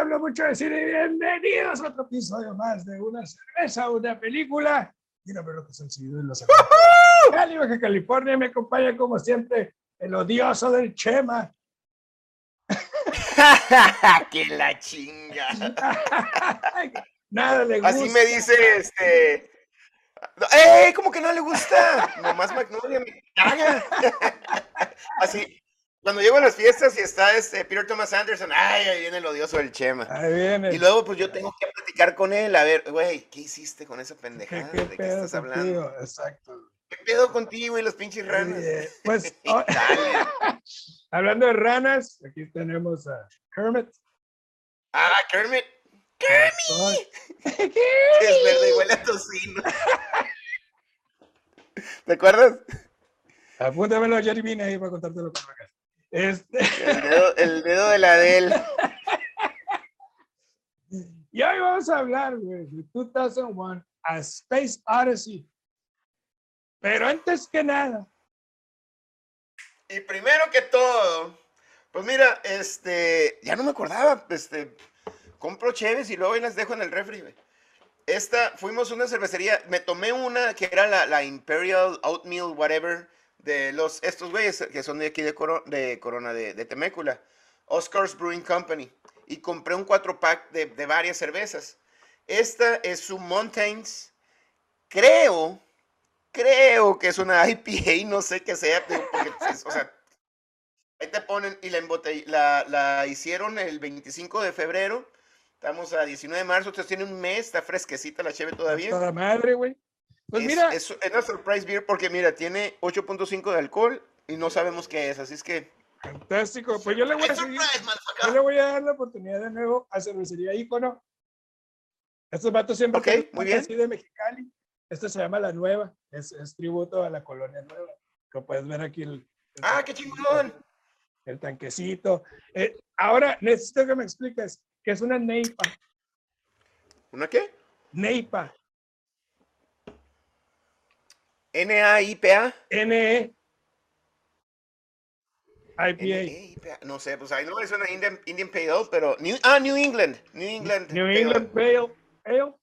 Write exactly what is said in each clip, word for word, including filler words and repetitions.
hablo mucho de cine. Bienvenidos a otro episodio más de Una Cerveza, Una Película. Mira, pero lo que se han seguido en los Cali, Baja California. Me acompaña como siempre el odioso del Chema. ¡Que la chinga! Nada le gusta. Así me dice este... ¡Eh! ¿Cómo que no le gusta? Nomás Magnolia me caga. Así, cuando llego a las fiestas y está este Peter Thomas Anderson, ¡ay! Ahí viene el odioso del Chema. Ahí viene. Y luego pues yo tengo que platicar con él, a ver, güey, ¿qué hiciste con esa pendejada? ¿Qué, qué ¿De qué estás contigo? hablando? Exacto. ¿Qué pedo contigo y los pinches ranas? Eh, pues, oh, hablando de ranas, aquí tenemos a Kermit. ¡Ah, Kermit! ¡Kermit! Es verde y huele a tocino. ¿Te acuerdas? Apúntamelo a Jerry Bean ahí para contártelo por acá. Este... El, dedo, el dedo de la de él. Y hoy vamos a hablar, güey, de dos mil uno, A Space Odyssey. Pero antes que nada. Y primero que todo, pues mira, este, ya no me acordaba, este, compro cheves y luego ahí las dejo en el refri, güey. Esta, fuimos a una cervecería, me tomé una que era la, la Imperial Oatmeal, whatever, de los, estos güeyes que son de aquí de, Coro, de Corona, de, de Temécula, Oscar's Brewing Company, y compré un cuatro pack de, de varias cervezas. Esta es su Mountains, creo, creo que es una I P A, no sé qué sea, porque, es, o sea, ahí te ponen, y la, embotell, la, la hicieron el veinticinco de febrero, estamos a diecinueve de marzo, entonces tiene un mes, está fresquecita la cheve todavía. Toda madre, güey. Pues es, mira. Es, es una surprise beer porque, mira, tiene ocho punto cinco de alcohol y no sabemos qué es, así es que... Fantástico. Pues yo le voy a seguir, yo le voy a dar la oportunidad de nuevo a Cervecería Ícono. Estos vatos siempre okay, muy bien. Así de Mexicali. Esta se llama La Nueva. Es, es tributo a la Colonia Nueva. Lo puedes ver aquí. El, el ¡Ah, qué chingón! El tanquecito. Eh, ahora necesito que me expliques qué es una neipa. ¿Una qué? Neipa. N A I P A. N E I P A. No sé, pues ahí no es una Indian, Indian Pale Ale, pero... New, ah, New England. New England. New England Pale Ale.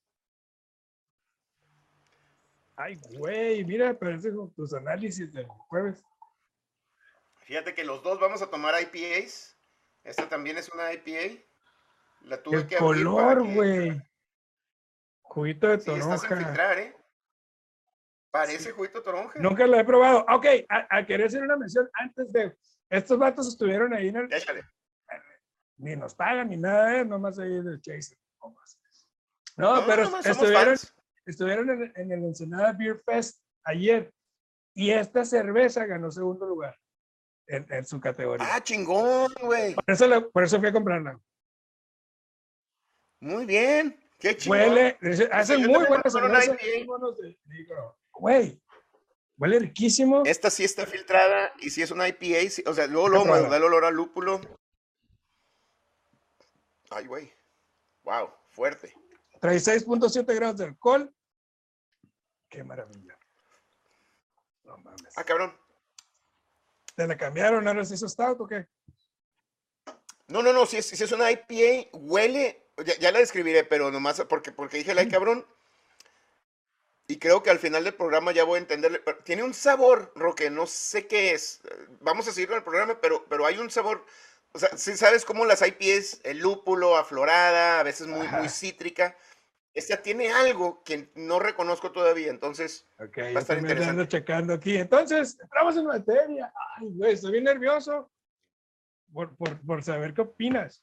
Ay, güey, mira, parece con tus análisis del jueves. Fíjate que los dos vamos a tomar I P As. Esta también es una I P A. La tuve el que abrir color, güey. Que... Juguito de toronja. Sí, estás sin filtrar, ¿eh? Parece sí. Juguito de toronja. Nunca lo he probado. Ok, a, a querer hacer una mención antes de... Estos vatos estuvieron ahí en el... Échale. Ni nos pagan ni nada, ¿eh? Nomás ahí del Chase. No, no, pero no, estuvieron, estuvieron en, en el Ensenada Beer Fest ayer. Y esta cerveza ganó segundo lugar en, en su categoría. Ah, chingón, güey. Por eso, la, por eso fui a comprarla. Muy bien. Qué chingón. Huele, hace sí, muy buena cerveza. Güey, huele riquísimo. Esta sí está filtrada y sí es una I P A. Sí, o sea, luego, luego me da el olor a lúpulo. Ay, güey. Wow, fuerte. Trae seis punto siete grados de alcohol. Qué maravilla. No mames. Ah, cabrón. ¿Te la cambiaron? ¿Ahora se hizo stout o qué? No, no, no. Si es, si es una I P A, huele... Ya, ya la describiré, pero nomás porque, porque dije la cabrón. Y creo que al final del programa ya voy a entenderle. Tiene un sabor, Roque, no sé qué es. Vamos a seguir con el programa, pero, pero hay un sabor. O sea, si sabes cómo las I P As, el lúpulo, aflorada, a veces muy, muy cítrica. Esta tiene algo que no reconozco todavía, entonces okay, va a estar interesante. Checando aquí. Entonces, entramos en materia. Ay, güey, estoy bien nervioso por, por, por saber qué opinas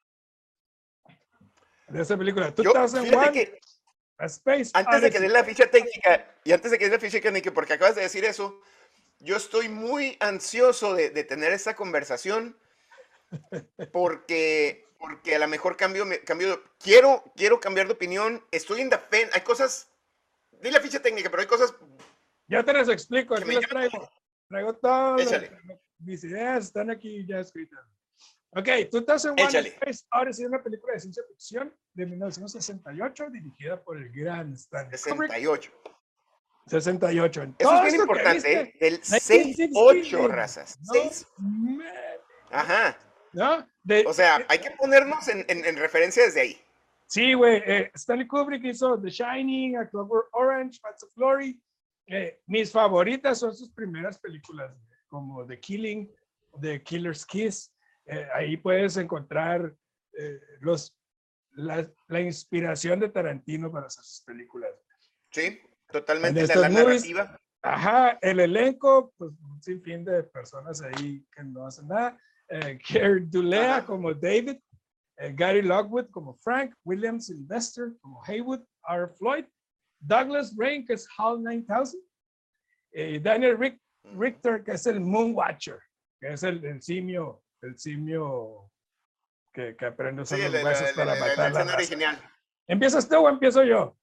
de esa película. Yo, dos mil uno, que, A Space antes Odyssey. de que dé la ficha técnica, y antes de que dé la ficha técnica, porque acabas de decir eso, yo estoy muy ansioso de, de tener esta conversación, porque, porque a lo mejor cambio, cambio quiero, quiero cambiar de opinión, estoy en defensa, hay cosas, di la ficha técnica, pero hay cosas... Ya te las explico, aquí las traigo. Traigo todas mis ideas, están aquí ya escritas. Ok, dos mil uno, Échale. Space Odyssey es una película de ciencia ficción de mil novecientos sesenta y ocho dirigida por el gran Stanley sesenta y ocho. Kubrick. sesenta y ocho. Eso es bien importante, ¿eh? Del seis ocho, razas. No, seis. Ajá. ¿no? De, O sea, hay que ponernos en, en, en referencia desde ahí. sí, güey. Eh, Stanley Kubrick hizo The Shining, A Clockwork Orange, Paths of Glory. Eh, mis favoritas son sus primeras películas, como The Killing, The Killer's Kiss. Eh, ahí puedes encontrar eh, los, la, la, inspiración de Tarantino para hacer sus películas. Sí, En totalmente. La, estas la movies, narrativa. ajá, el elenco, pues un sinfín de personas ahí que no hacen nada. Eh, Gary Dulea ajá. como David, eh, Gary Lockwood como Frank, William Sylvester como Haywood, R. Floyd, Douglas Rain, que es Hal nueve mil, eh, Daniel Rick, Richter, que es el Moonwatcher, que es el, el simio, el simio que, que aprende a usar sí, los el, huesos el, para el, matar el, la raza. Original. ¿Empiezas tú o empiezo yo?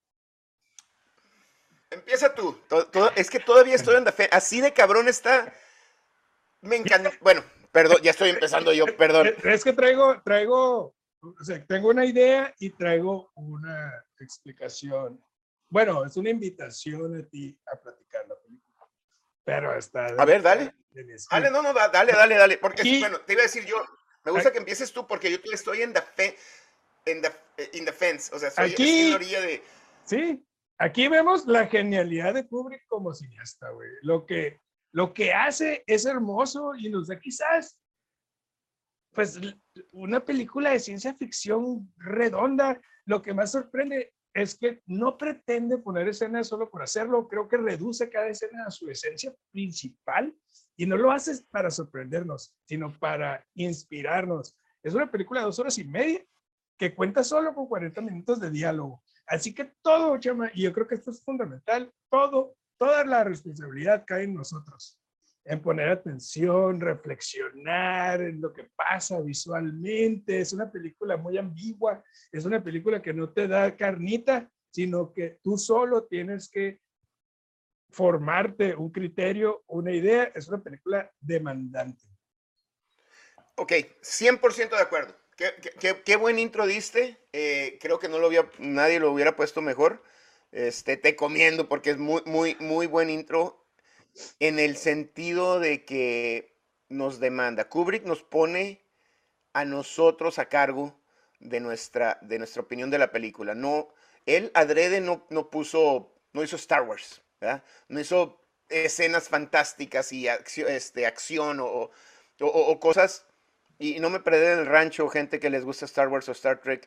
Empieza tú. Todo, todo, es que todavía estoy en la fe. Así de cabrón está. Me encanta. Bueno, perdón, ya estoy empezando yo, perdón. Es que traigo, traigo, o sea, tengo una idea y traigo una explicación. Bueno, es una invitación a ti a platicar la película. Pero está. A ver, dale. Dale, no, no, dale, dale, dale. Porque, y, bueno, te iba a decir yo, me gusta que empieces tú porque yo estoy en la fe, en the, in the fence. O sea, estoy, aquí, estoy en la orilla de. Sí, aquí vemos la genialidad de Kubrick como cineasta, güey. Lo que, lo que hace es hermoso y nos da quizás, pues, una película de ciencia ficción redonda. Lo que más sorprende es que no pretende poner escenas solo por hacerlo. Creo que reduce cada escena a su esencia principal y no lo hace para sorprendernos, sino para inspirarnos. Es una película de dos horas y media que cuenta solo con cuarenta minutos de diálogo. Así que todo, chama, y yo creo que esto es fundamental, todo, toda la responsabilidad cae en nosotros, en poner atención, reflexionar en lo que pasa visualmente. Es una película muy ambigua, es una película que no te da carnita, sino que tú solo tienes que formarte un criterio, una idea. Es una película demandante. Ok, cien por ciento de acuerdo. Qué, qué, qué buen intro diste. Eh, creo que no lo había, nadie lo hubiera puesto mejor. Este, te comiendo porque es muy, muy, muy buen intro en el sentido de que nos demanda. Kubrick nos pone a nosotros a cargo de nuestra, de nuestra opinión de la película. No, él adrede no, no puso, no hizo Star Wars, ¿verdad? No hizo escenas fantásticas y acción, este, acción o, o, o, o cosas. Y no me perdí en el rancho gente que les gusta Star Wars o Star Trek.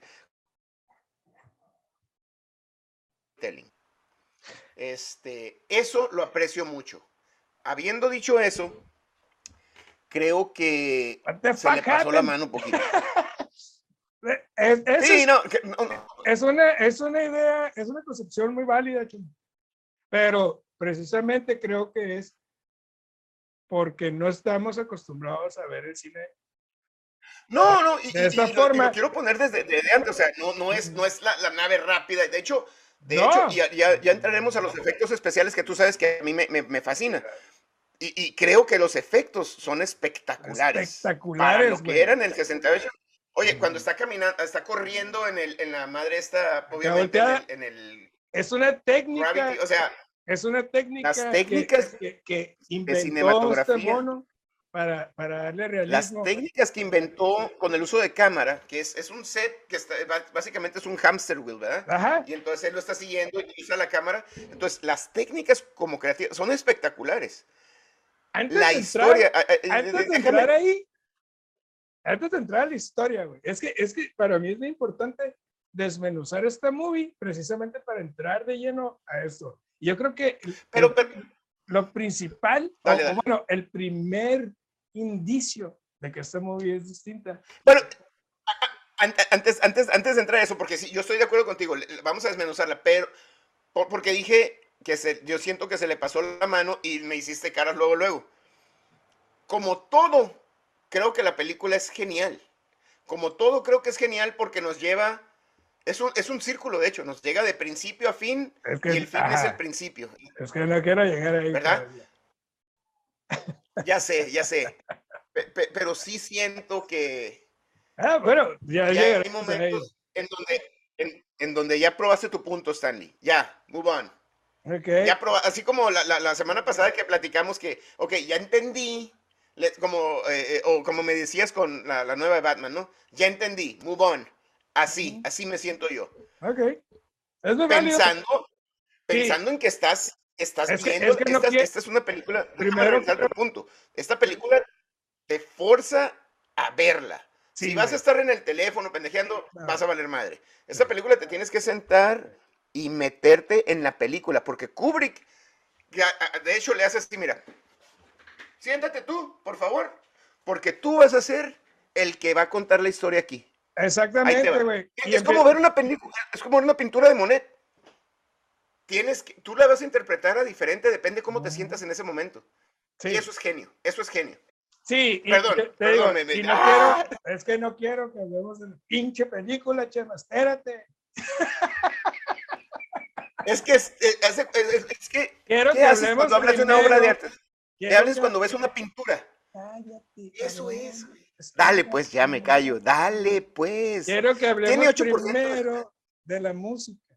Este, eso lo aprecio mucho. Habiendo dicho eso, creo que se le pasó happened? la mano un poquito. es, sí, es, no, que, no, no. Es, una, es una idea, es una concepción muy válida, pero precisamente creo que es porque no estamos acostumbrados a ver el cine. No, no, y, de esta y, y, forma. Lo, y lo quiero poner desde, desde antes, o sea, no, no es, no es la, la nave rápida. De hecho, de no. hecho ya, ya, ya entraremos a los efectos especiales que tú sabes que a mí me, me, me fascina. Y, y creo que los efectos son espectaculares. Espectaculares, para lo que güey. era en el sesenta y ocho. Oye, cuando está caminando, está corriendo en, el, en la madre esta, obviamente en el, en el... Es una técnica. Gravity, o sea, es una técnica. Las técnicas que, que, que inventó de cinematografía. Este mono para, para darle realismo. Las técnicas que inventó con el uso de cámara, que es, es un set que está, básicamente es un hamster wheel, ¿verdad? Ajá. Y entonces él lo está siguiendo y usa la cámara. Entonces, las técnicas como creativas son espectaculares. Antes la de historia. Entrar, eh, antes de déjame, entrar ahí, antes de entrar a la historia, güey. Es que, es que para mí es muy importante desmenuzar esta movie precisamente para entrar de lleno a esto. Y yo creo que pero, el, pero, lo principal, dale, o, dale. o bueno, el primer indicio de que esta movie es distinta. Bueno, antes, antes, antes de entrar a eso, porque sí, yo estoy de acuerdo contigo, vamos a desmenuzarla, pero porque dije que se, yo siento que se le pasó la mano y me hiciste caras luego, luego. Como todo, creo que la película es genial. Como todo, creo que es genial porque nos lleva, es un, es un círculo, de hecho, nos llega de principio a fin es que, y el fin ajá, es el principio. Es que no quiero llegar ahí. ¿Verdad? Ya sé, ya sé. Pe, pe, pero sí siento que... Ah, bueno, ya, ya hay momentos en donde, en, en donde ya probaste tu punto, Stanley. Ya, move on. Okay. Ya proba, así como la, la, la semana pasada que platicamos que, ok, ya entendí Le- como, eh, eh, o como me decías con la, la nueva de Batman, ¿no? Ya entendí, move on. Así, Ujú. así me siento yo. Ok, es muy válido. Pensando, Sí, pensando en que estás, estás es que, es viendo, que no esta, quiero, esta es una película, déjame primero regresar a quiero, tu punto. Esta película te forza a verla. Si sí, vas a güey. estar en el teléfono pendejeando, vas No, a valer madre. sí, Esta película te tienes que sentar y meterte en la película, porque Kubrick, ya, a- de hecho, le hace así, mira, siéntate tú, por favor, porque tú vas a ser el que va a contar la historia aquí. Ahí te exactamente, va. güey. Y Es como empieza, ver una película, es como ver una pintura de Monet. Tienes que, tú la vas a interpretar a diferente, depende cómo te sientas en ese momento. Y sí, eso es genio, eso es genio. sí, y Perdón, te, te digo, perdón, me, me- y no quiero, ¡ah! es que no quiero que hablemos de la pinche película, Chema, espérate. Es que, es, es- es- es que, Quiero ¿qué que haces hablemos cuando hablas de una obra de primero, arte? ¿Qué quiero hables que, cuando ves una pintura? cállate, Eso es, cabrón, güey. Dale, pues, ya me espérate. callo. Dale, pues. Quiero que Tiene hablemos ocho por ciento de... primero de la música,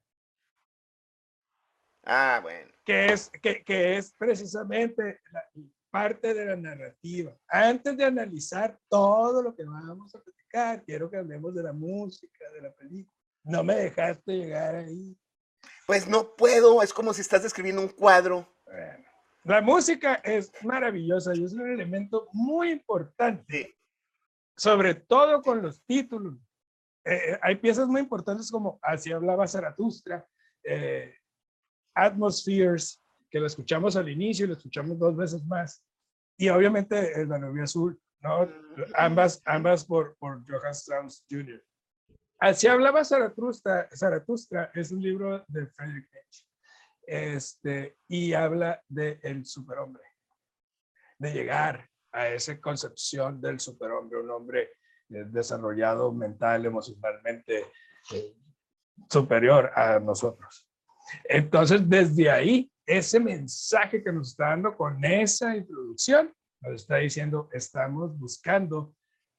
Ah, bueno. que es, que, que es precisamente la parte de la narrativa. Antes de analizar todo lo que vamos a platicar, quiero que hablemos de la música, de la película. No me dejaste llegar ahí. Pues no puedo, es como si estás describiendo un cuadro. Bueno, la música es maravillosa y es un elemento muy importante, Sí. sobre todo con los títulos. Eh, hay piezas muy importantes como Así hablaba Zaratustra, eh, Atmospheres, que lo escuchamos al inicio y lo escuchamos dos veces más. Y obviamente el Danubio Azul, ¿no? Ambas, ambas por, por Johann Strauss junior Así hablaba Zaratustra, Zaratustra es un libro de Friedrich Nietzsche. Este, y habla del de superhombre, de llegar a esa concepción del superhombre, un hombre eh, desarrollado mental, emocionalmente eh, superior a nosotros. Entonces, desde ahí, ese mensaje que nos está dando con esa introducción, nos está diciendo, estamos buscando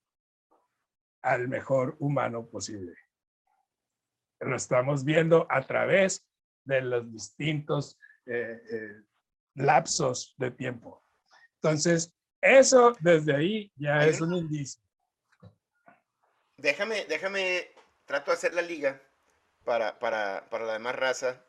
al mejor humano posible. Lo estamos viendo a través de los distintos eh, eh, lapsos de tiempo. Entonces, eso desde ahí ya Hay es un- un indicio. Déjame, déjame, trato de hacer la liga para, para, para la demás raza.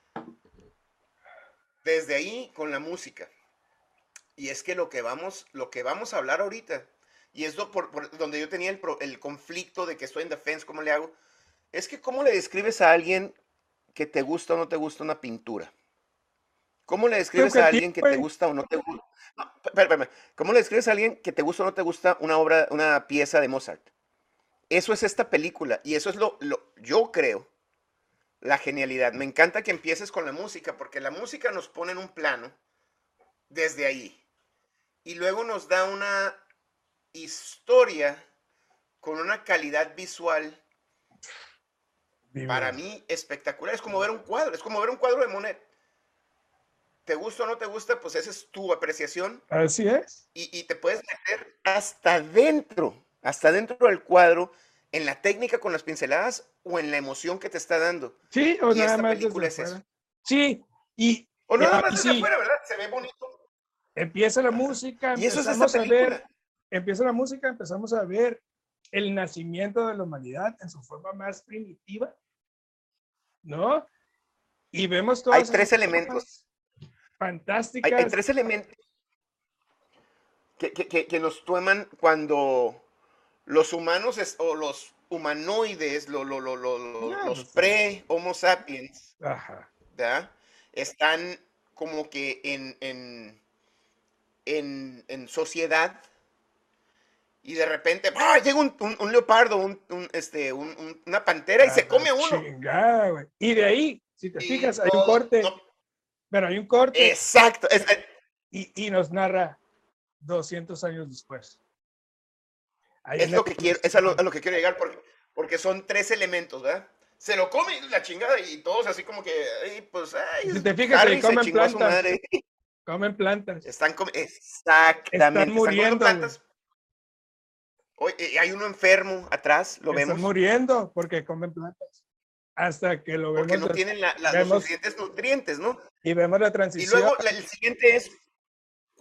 Desde ahí con la música. Y es que lo que vamos, lo que vamos a hablar ahorita, y es do- por, por donde yo tenía el, pro- el conflicto de que estoy en defense, ¿cómo le hago? Es que ¿cómo le describes a alguien que te gusta o no te gusta una pintura? ¿Cómo le ¿Qué describes a objetivo, alguien que te güey? gusta o no te gusta? No, espera, espera, ¿cómo le describes a alguien que te gusta o no te gusta una obra, una pieza de Mozart? Eso es esta película y eso es lo, lo yo creo, la genialidad. Me encanta que empieces con la música porque la música nos pone en un plano desde ahí y luego nos da una historia con una calidad visual para Divino. mí espectacular. Es como ver un cuadro, es como ver un cuadro de Monet. ¿Te gusta o no te gusta? Pues esa es tu apreciación Así es. y, y te puedes meter hasta dentro, hasta dentro del cuadro, en la técnica con las pinceladas o en la emoción que te está dando. Sí, o Y nada esta más desde película es eso. afuera. Sí, y, O y nada ahí más desde sí, afuera, ¿verdad? Se ve bonito. empieza la Ajá. música, Y eso es esta empezamos a ver, película. empieza la música, empezamos a ver el nacimiento de la humanidad en su forma más primitiva, ¿no? Y vemos Hay todas esas tres elementos. formas Hay, hay fantásticas. tres elementos que, que, que, que nos toman cuando los humanos es, o los humanoides, lo, lo, lo, lo, No, los pues, sí. pre-Homo sapiens, Ajá. ¿verdad? Están como que en, en, en, en sociedad y de repente ¡ah! Llega un, un, un leopardo, un, un, este, un, un, una pantera y A se la come a uno. chingada, güey. Y de ahí, si te Y fijas, hay un todo, corte, no, pero hay un corte exacto, es, y, y nos narra doscientos años después. Hay es una lo que quiero, es a lo, evolución. a lo que quiero llegar porque, porque son tres elementos, ¿verdad? Se lo come la chingada y todos así como que, ay, pues, ay, Si te fijas, ahí Harry se comen chingó a su plantas, madre. comen plantas. Están comiendo, Están exactamente, están comiendo muriendo, güey. plantas. Oye, hay uno enfermo atrás, lo Están vemos, muriendo porque comen plantas. Hasta que lo porque vemos, no tienen la, la, los vemos suficientes nutrientes, ¿no? y vemos la Y transición. luego la, el siguiente es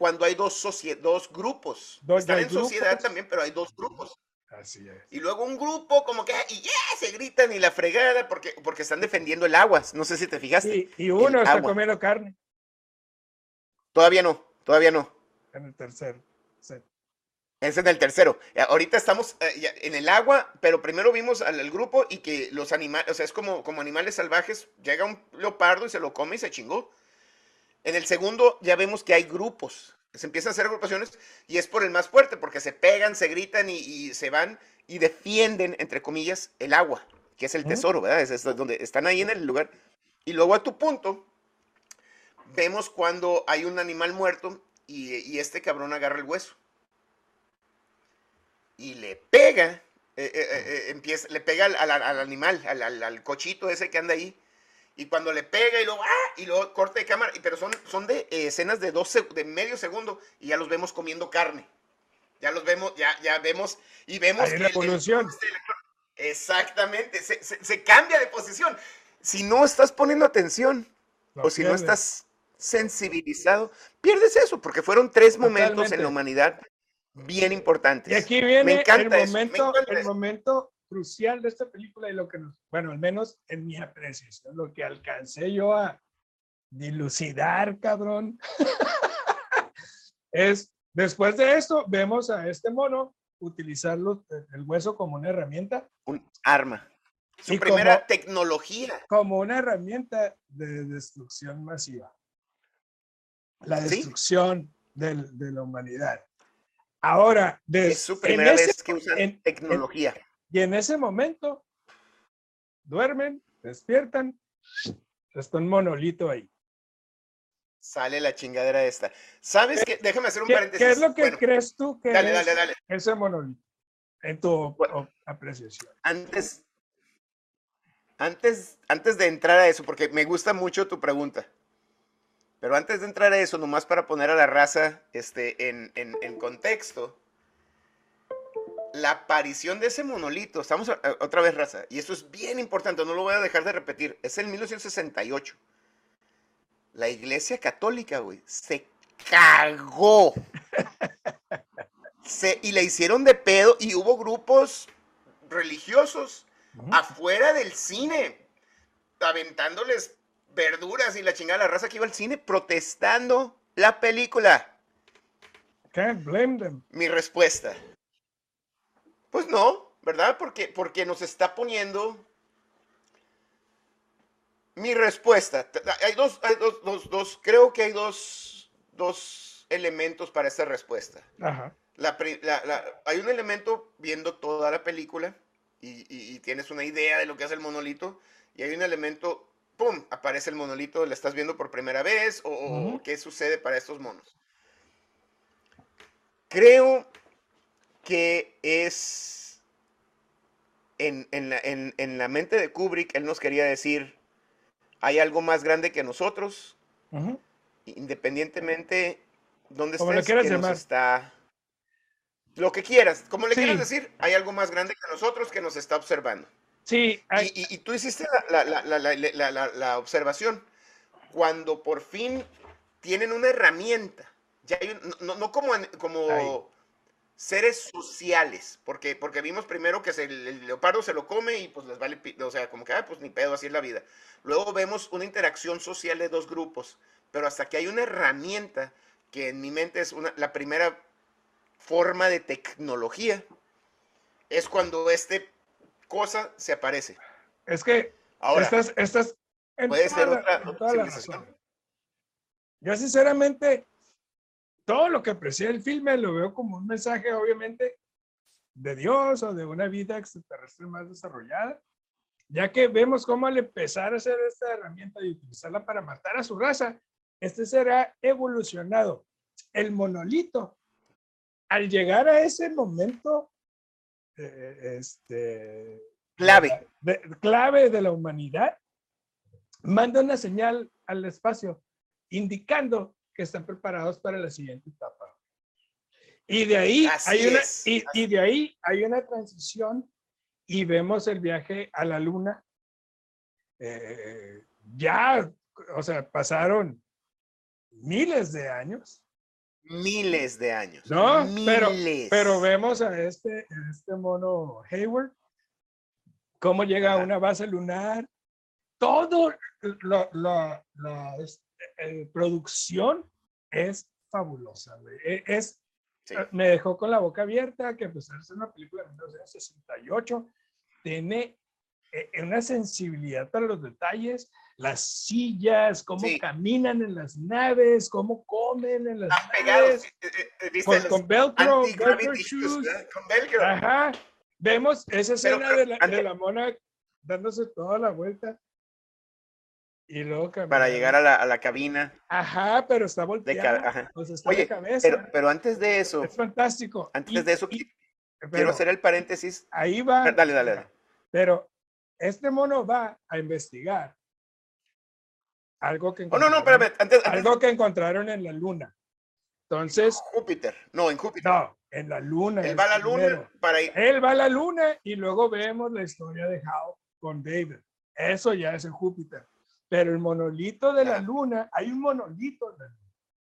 cuando hay dos, dos grupos. Dos, Están hay en sociedad grupos. también, pero hay dos grupos. Así es. Y luego un grupo como que y yeah, se gritan y la fregada porque, porque están defendiendo el agua. No sé si te fijaste. Y, y uno El está agua. comiendo carne. Todavía no, todavía no. En el tercer set. Es en el tercero. Ahorita estamos eh, en el agua, pero primero vimos al, al grupo y que los animales, o sea, es como, como animales salvajes. Llega un leopardo y se lo come y se chingó. En el segundo ya vemos que hay grupos. Se empiezan a hacer agrupaciones y es por el más fuerte, porque se pegan, se gritan y, y se van y defienden, entre comillas, el agua, que es el tesoro, ¿verdad? Es, es donde están ahí en el lugar. Y luego a tu punto, vemos cuando hay un animal muerto y, y este cabrón agarra el hueso. Y le pega, eh, eh, eh, empieza, le pega al, al, al animal, al, al, al cochito ese que anda ahí. Y cuando le pega y luego, ¡ah! Y luego corte de cámara, pero son, son de eh, escenas de, dos, de medio segundo y ya los vemos comiendo carne. Ya los vemos, ya, ya vemos y vemos hay que una el, evolución. el, exactamente, se, se, se cambia de posición. Si no estás poniendo atención Lo o si pierdes. no estás sensibilizado, pierdes eso, porque fueron tres momentos Totalmente. en la humanidad bien importantes. Y aquí viene me encanta el momento, eso, me encanta el eso. momento crucial de esta película y lo que nos, bueno, al menos en mi apreciación, lo que alcancé yo a dilucidar, cabrón, es, después de esto, vemos a este mono utilizar los, el hueso como una herramienta. Un arma. Su y primera como, tecnología. Como una herramienta de destrucción masiva. La destrucción ¿Sí? del, de la humanidad. Ahora, des, es su primera en ese, vez que usan en, tecnología. En, y en ese momento, duermen, despiertan, está un monolito ahí. Sale la chingadera esta. ¿Sabes qué? Déjame hacer un ¿Qué, paréntesis. ¿Qué es lo que bueno, crees tú que dale, es dale, dale. ese monolito? En tu bueno, apreciación. Antes, antes, antes de entrar a eso, porque me gusta mucho tu pregunta. Pero antes de entrar a eso, nomás para poner a la raza este, en, en, en contexto, la aparición de ese monolito, estamos a, a, otra vez raza, y esto es bien importante, no lo voy a dejar de repetir, es en mil novecientos sesenta y ocho. La Iglesia Católica, güey, se cagó. Se, y le hicieron de pedo y hubo grupos religiosos uh-huh. afuera del cine, aventándoles verduras y la chingada, la raza que iba al cine protestando la película. Can't blame them. Mi respuesta. Pues no, ¿verdad? Porque, porque nos está poniendo... Mi respuesta. Hay dos, hay dos, dos, dos creo que hay dos, dos elementos para esta respuesta. Ajá. La, la, la, hay un elemento viendo toda la película y, y, y tienes una idea de lo que es el monolito, y hay un elemento... ¡Pum! Aparece el monolito, ¿la estás viendo por primera vez? ¿O, uh-huh. o qué sucede para estos monos? Creo que es en, en, la, en, en la mente de Kubrick, él nos quería decir, hay algo más grande que nosotros, uh-huh. independientemente dónde como estés, le quieras que llamar. Nos está... Lo que quieras, como le sí. quieras decir, hay algo más grande que nosotros que nos está observando. Sí, hay... y, y, y tú hiciste la, la, la, la, la, la, la observación. Cuando por fin tienen una herramienta, ya hay un, no, no como, como seres sociales, porque, porque vimos primero que se, el, el leopardo se lo come y pues les vale, o sea, como que, ah, pues ni pedo, así es la vida. Luego vemos una interacción social de dos grupos, pero hasta que hay una herramienta que en mi mente es una, la primera forma de tecnología, es cuando este cosa se aparece. Es que ahora estas, estas en puede toda ser la, otra, en otra toda la razón. Yo sinceramente todo lo que aprecié del filme lo veo como un mensaje obviamente de Dios o de una vida extraterrestre más desarrollada, ya que vemos cómo al empezar a hacer esta herramienta y utilizarla para matar a su raza, este será evolucionado. El monolito, al llegar a ese momento eh, este, clave. De, de, clave de la humanidad, manda una señal al espacio indicando que están preparados para la siguiente etapa. Y de ahí, hay una, y, y de ahí hay una transición y vemos el viaje a la luna. Eh, ya, o sea, pasaron miles de años miles de años. No, pero, Miles. pero vemos a este, este mono Hayward, cómo llega a Ajá. una base lunar. Todo lo, la, la es- eh, producción es fabulosa, güey. E- Es, Sí. me dejó con la boca abierta que a pesar de ser una película de mil novecientos sesenta y ocho, tiene eh, una sensibilidad para los detalles, las sillas, cómo Sí. caminan en las naves, cómo comen en las Están pegados. naves, eh, eh, ¿Viste con, los con velcro, velcro anti-gravity shoes, shoes. ¿verdad? Con velcro. Ajá. Vemos esa Pero, escena pero, de, la, ante- de la mona dándose toda la vuelta y luego para caminando. llegar a la, a la cabina Ajá, pero está de volteada, ca- ajá. o sea, está de Oye, cabeza. pero, pero antes de eso, Es fantástico. antes Y, de eso, y- qui- quiero pero hacer el paréntesis. ahí va. Dale, dale, dale. Pero este mono va a investigar algo que Oh, no, no, encontraron, espérame. Antes, antes algo que encontraron en la luna. Entonces, Júpiter. No, en Júpiter. no, en la luna. Él es va a la primero. luna para ir. Él va a la luna y luego vemos la historia de Hal con David. Eso ya es en Júpiter. Pero el monolito de la Ajá. luna, hay un monolito en la luna.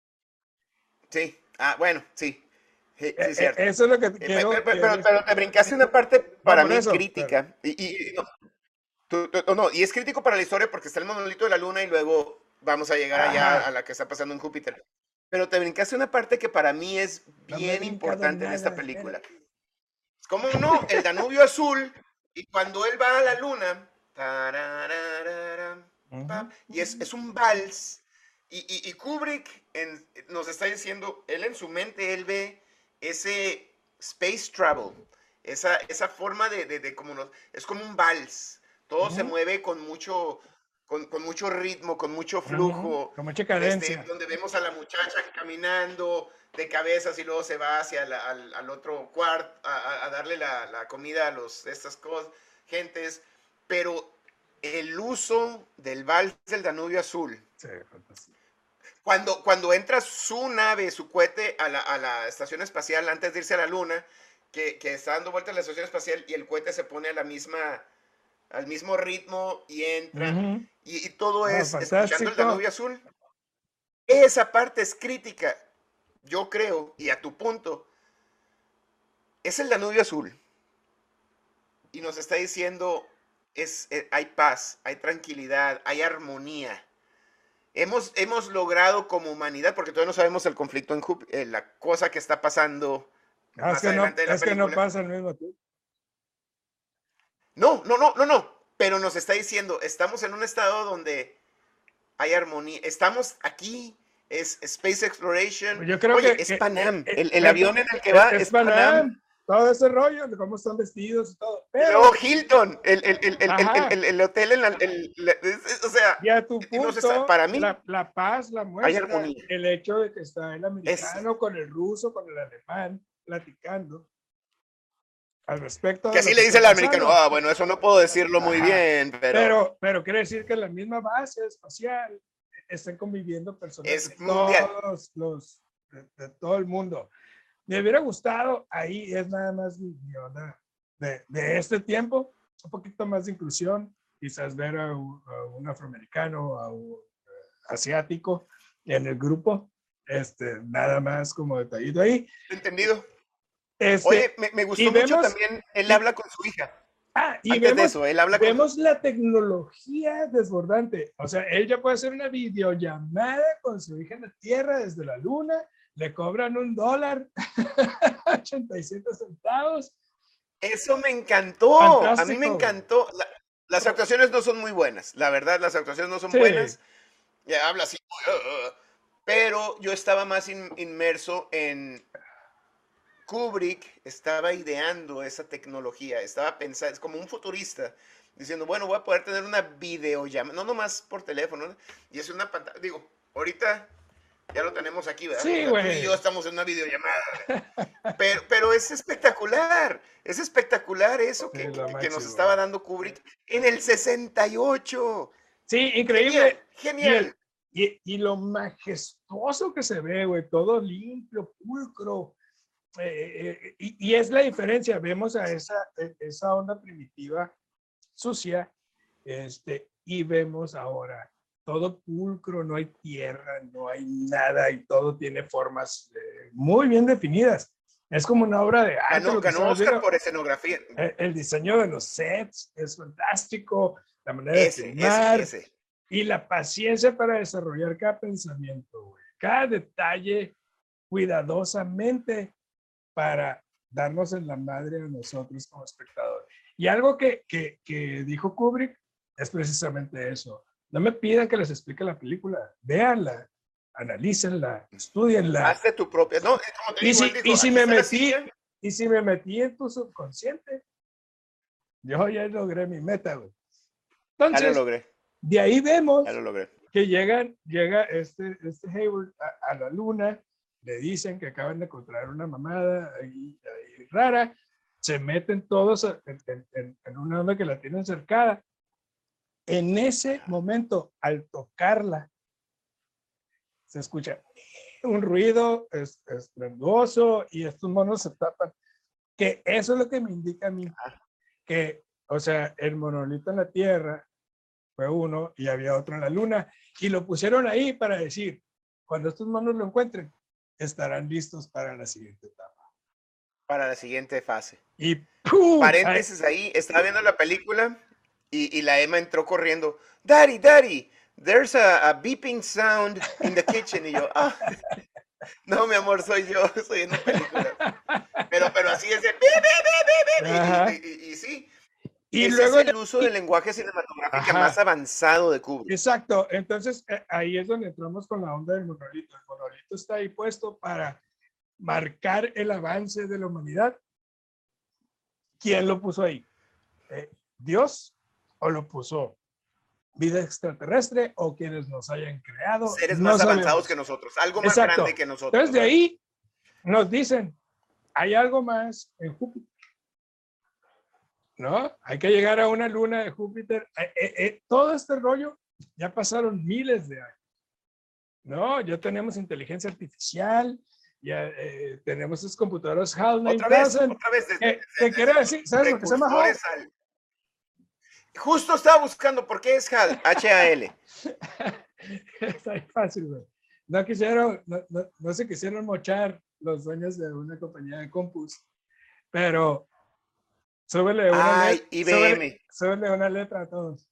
Sí. Ah, bueno, sí. Sí, sí, Eh, eh, cierto. Eso es lo que Eh, quiero. Pero, pero- quiero- pero te brincaste una parte para por mí eso, crítica. Y, y- y no, tú- tú- no, y es crítico para la historia porque está el monolito de la luna y luego vamos a llegar allá Ajá. a la que está pasando en Júpiter. Pero te brincaste una parte que para mí es No me he bien brincado importante en esta nada, película. espérate. ¿Cómo no? El Danubio Azul y cuando él va a la luna, tararararam, pam, y es, es un vals. Y, y- y Kubrick en- nos está diciendo, él en su mente, él ve ese space travel, esa, esa forma de, de, de como nos, es como un vals. Todo se Ujú. mueve con mucho, con, con mucho ritmo, con mucho Ujú, flujo. con mucha Este, cadencia. donde vemos a la muchacha caminando de cabezas y luego se va hacia la- al, al otro cuarto a, a- a darle la, la comida a los, estas cosas, gentes. Pero el uso del vals del Danubio Azul, Sí, fantástico. cuando, cuando entra su nave, su cohete a la, a la estación espacial antes de irse a la luna, que, que está dando vueltas a la estación espacial y el cohete se pone a la misma, al mismo ritmo y entra, Ujú. y, y todo Ah, es escuchando el fantástico. Danubio Azul. Esa parte es crítica, yo creo, y a tu punto, es el Danubio Azul. Y nos está diciendo, es, eh, hay paz, hay tranquilidad, hay armonía. Hemos, hemos logrado como humanidad, porque todavía no sabemos el conflicto en Júp- eh, la cosa que está pasando Ah, es más que no, adelante de la es que no película. pasa al mismo tiempo. No, no, no, no, no. Pero nos está diciendo, estamos en un estado donde hay armonía. Estamos aquí, es Space Exploration. Yo creo Oye, que, es que- Panam. eh, El, el eh, avión en el que va es, es Panam. todo ese rollo de cómo están vestidos y todo. Y Pero, luego Hilton, el, el, el, el, el, ajá, el- el hotel en la... el- la- es- es- o sea, y a tu nos está- punto, para mí la, la paz la hay muestra armonía. el hecho de que está el Es, americano con el ruso, con el alemán, platicando al respecto de que lo así que le dice el está americano, pasando. ah, bueno, eso no puedo decirlo muy Ajá. bien, pero, Pero, pero quiere decir que en la misma base espacial están conviviendo personas Es de mundial. todos los, de, de todo el mundo. Me hubiera gustado, ahí es nada más mi, mi onda de, de este tiempo, un poquito más de inclusión, quizás ver a un, a un afroamericano, a un eh, asiático en el grupo, este, nada más como detallito ahí. entendido. Este, Oye, me, me y gustó mucho vemos- también, él y- habla con su hija. ah, y Antes de vemos, eso, él habla con vemos la tecnología desbordante. O sea, él ya puede hacer una videollamada con su hija en la Tierra desde la Luna, le cobran un dólar, ochenta y siete centavos. Eso me encantó. A mí Fantástico, me güey. encantó. La- las actuaciones no son muy buenas. La verdad, las actuaciones no son Sí. buenas. Ya habla así. "Uh, uh", pero yo estaba más in- inmerso en Kubrick. Estaba ideando esa tecnología. Estaba pensando, es como un futurista. Diciendo, bueno, voy a poder tener una videollamada. No nomás por teléfono, ¿no? Y es una pantalla. Digo, ahorita ya lo tenemos aquí, ¿verdad? Sí, O sea, tú güey. y yo estamos en una videollamada. Pero, pero es espectacular. Es espectacular eso Sí, que, lo que- que máximo. nos estaba dando Kubrick en el sesenta y ocho. Sí, increíble. Genial, Y, el- y, y lo majestuoso que se ve, güey, todo limpio, pulcro. Eh, eh, y, y es la diferencia. Vemos a esa, eh, esa onda primitiva sucia, este, y vemos ahora todo pulcro, no hay tierra, no hay nada y todo tiene formas eh, muy bien definidas. Es como una obra de arte. Ganó, Lo que ganó estamos Oscar viendo. por escenografía. El, el diseño de los sets es fantástico, la manera Ese, de filmar ese, ese. y la paciencia para desarrollar cada pensamiento, güey. Cada detalle cuidadosamente para darnos en la madre a nosotros como espectadores. Y algo que, que, que dijo Kubrick es precisamente eso. No me pidan que les explique la película, véanla, analícenla, estudienla. Hazte tu propia. No, como te y digo, si, él dijo, y si aquí me está la metí, silla. y si me metí en tu subconsciente, yo ya logré mi meta, güey. Ya lo Entonces, logré. de ahí vemos Ya lo logré. que llegan, llega este, este Hayward a, a la luna, le dicen que acaban de encontrar una mamada ahí, ahí rara, se meten todos en, en, en, en una onda que la tienen cercada. En ese momento, al tocarla, se escucha un ruido es, estruendoso y estos monos se tapan. Que eso es lo que me indica a mí que, o sea, el monolito en la Tierra fue uno y había otro en la Luna y lo pusieron ahí para decir, cuando estos monos lo encuentren, estarán listos para la siguiente etapa. Para la siguiente fase. Y ¡pum! Paréntesis ahí, estaba viendo la película y, y la Emma entró corriendo. Daddy, Daddy, there's a, a beeping sound in the kitchen. Y yo, ah, no, mi amor, soy yo, soy en una película. Pero, pero así es de, bi, bi, bi, bi, bi. Y, y, y, y sí, y ese luego es el uso del lenguaje cinematográfico Ajá. más avanzado de Kubrick. Exacto, entonces eh, ahí es donde entramos con la onda del monolito. El monolito está ahí puesto para marcar el avance de la humanidad. ¿Quién lo puso ahí? Eh, ¿Dios o lo puso vida extraterrestre o quienes nos hayan creado? Seres no más sabemos. avanzados que nosotros, algo más Exacto. grande que nosotros. Entonces de ahí nos dicen, hay algo más en Júpiter, ¿no? Hay que llegar a una luna de Júpiter. Eh, eh, eh, todo este rollo ya pasaron miles de años, ¿no? Ya tenemos inteligencia artificial, ya eh, tenemos esos computadores HAL Otra vez, nueve mil. otra vez. ¿Qué de, de, quiere decir? ¿Sabes lo que se llama HAL? Al... Justo estaba buscando, ¿por qué es HAL? H A L. Está fácil, güey. No quisieron, no, no, no se quisieron mochar los dueños de una compañía de compus, pero súbele una, Ay, let I B M. súbele, súbele una letra a todos.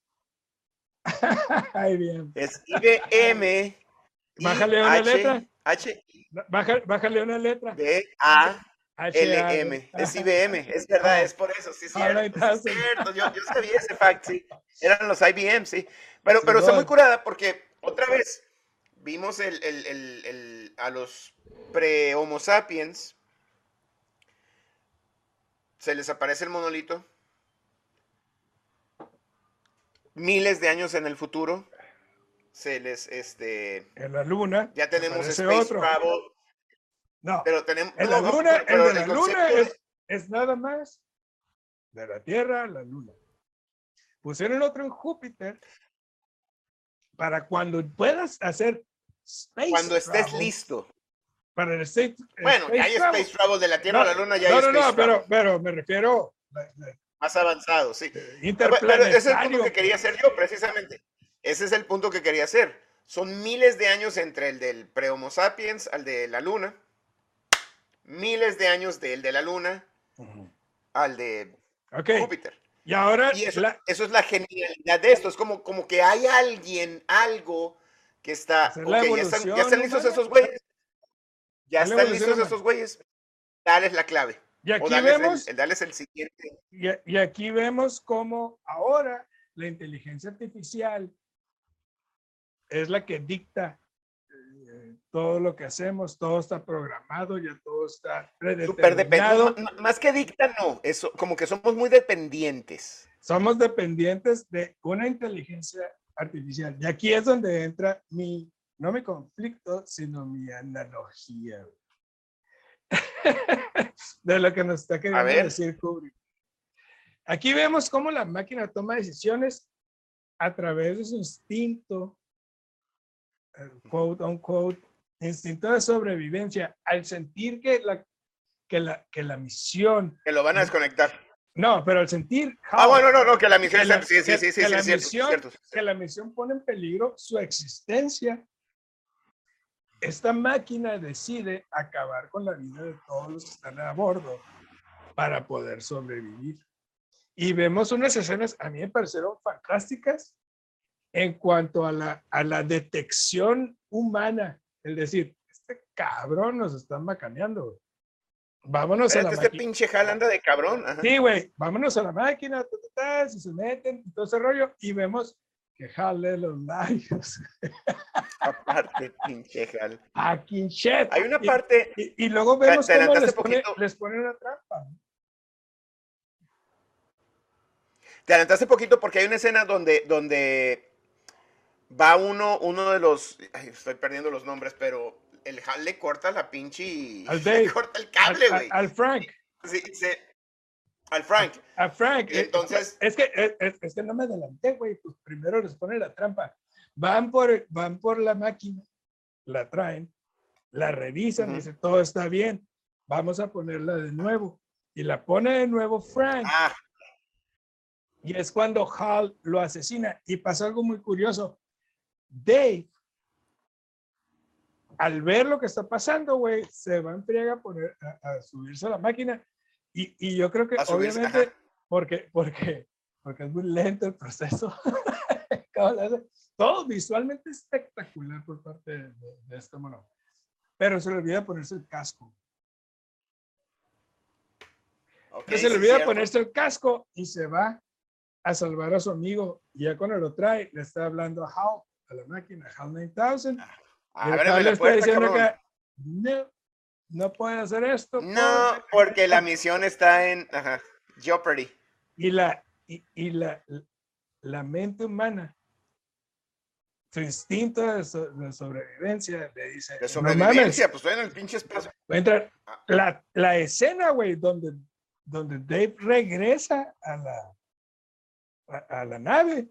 I B M. Es I B M. Bájale una H, letra. H, Bájale, bájale una letra. B, A, L, H A M. Es I B M, es verdad, Oh. es por eso, sí es All cierto. right, Sí es cierto. Yo, yo sabía ese fact, sí. Eran los I B M, sí. Pero, Sí, pero está bueno. muy curada porque, otra vez, vimos el, el, el, el, a los pre-Homo sapiens, se les aparece el monolito, miles de años en el futuro, se les, este... En la luna. Ya tenemos aparece Space otro. Travel. No. Pero tenemos... En no, la luna, pero, pero el de la el luna concepto es, es nada más de la Tierra a la luna. Pusieron otro en Júpiter para cuando puedas hacer space cuando estés travel, listo. para el state, Bueno, space ya hay travel. Space Travel de la Tierra no, a la Luna, ya no, hay no, Space no, Travel. pero, pero me refiero la, la, más avanzado, sí. eh, Pero ese es el punto que interplanetario. quería hacer yo, precisamente. Ese es el punto que quería hacer. Son miles de años entre el del pre-Homo sapiens al de la Luna. Miles de años del de la Luna Uh-huh. al de Okay. Júpiter. Y ahora Y eso, la, eso es la genialidad de esto. Es como, como que hay alguien, algo que está... es Ok, la ya están, ya evolución están listos humana. esos güeyes. Ya Es la están evolución listos humana. esos güeyes. Dales la clave. Y O aquí dales vemos, el, el, dales el siguiente. y, y aquí vemos cómo ahora la inteligencia artificial es la que dicta eh, todo lo que hacemos, todo está programado, ya todo está Súper predeterminado. dependiente. Más que dicta, no. Eso, como que somos muy dependientes. Somos dependientes de una inteligencia artificial. Y aquí es donde entra mi, no mi conflicto, sino mi analogía de lo que nos está queriendo decir Kubrick. Aquí vemos cómo la máquina toma decisiones a través de su instinto, quote unquote, instinto de sobrevivencia, al sentir que la, que la, que la misión... Que lo van a desconectar. No, pero al sentir Ah, bueno, no, no, que la misión que la, es, sí, sí, que, sí, sí, que sí, la es cierto, misión, cierto, cierto. que la misión pone en peligro su existencia, esta máquina decide acabar con la vida de todos los que están a bordo para poder sobrevivir. Y vemos unas escenas, a mí me parecieron fantásticas en cuanto a la, a la detección humana. Es decir, este cabrón nos están macaneando. Vámonos a la Espérate, este máquina. pinche Hal anda de cabrón. Ajá. Sí, güey, vámonos a la máquina, ta, ta, ta, si se meten, todo ese rollo, y vemos que Hal lee los labios. Aparte, pinche Hal. Fucking shit. Hay una Y, parte, y, y luego te vemos cómo adelantaste les pone, poquito, les pone una trampa. te adelantaste poquito porque hay una escena donde, donde va uno, uno de los, ay, estoy perdiendo los nombres, pero el Hal le corta la pinche, Al le Dave, corta el al, cable, al, güey. al Frank. Sí, sí, al Frank. A, a Frank. Y entonces, Es que, es, es que no me adelanté, güey. Pues primero les pone la trampa. Van por, van por la máquina, la traen, la revisan, uh-huh. dicen, todo está bien, vamos a ponerla de nuevo. Y la pone de nuevo Frank. Ah. Y es cuando Hal lo asesina. Y pasa algo muy curioso. Dave, al ver lo que está pasando, güey, se va en friega a, poner, a, a subirse a la máquina. Y, y yo creo que, A subirse, obviamente, ajá. porque, porque, porque es muy lento el proceso. Todo visualmente espectacular por parte de, de, de este mono. Pero se le olvida ponerse el casco. Okay, se le sí, olvida cierto. ponerse el casco y se va a salvar a su amigo. Y ya cuando lo trae, le está hablando a Hal, a la máquina, Hal nueve mil. Ábreme la puerta, diciendo cabrón. que no, no puede hacer esto. No, porque, porque la misión está en ajá, Jeopardy. Y la, y, y la, la mente humana, su instinto de, so, de sobrevivencia, le dice: de sobrevivencia, no pues estoy en el pinche espacio. Va a entrar. La, la escena, güey, donde, donde Dave regresa a la, a, a la nave,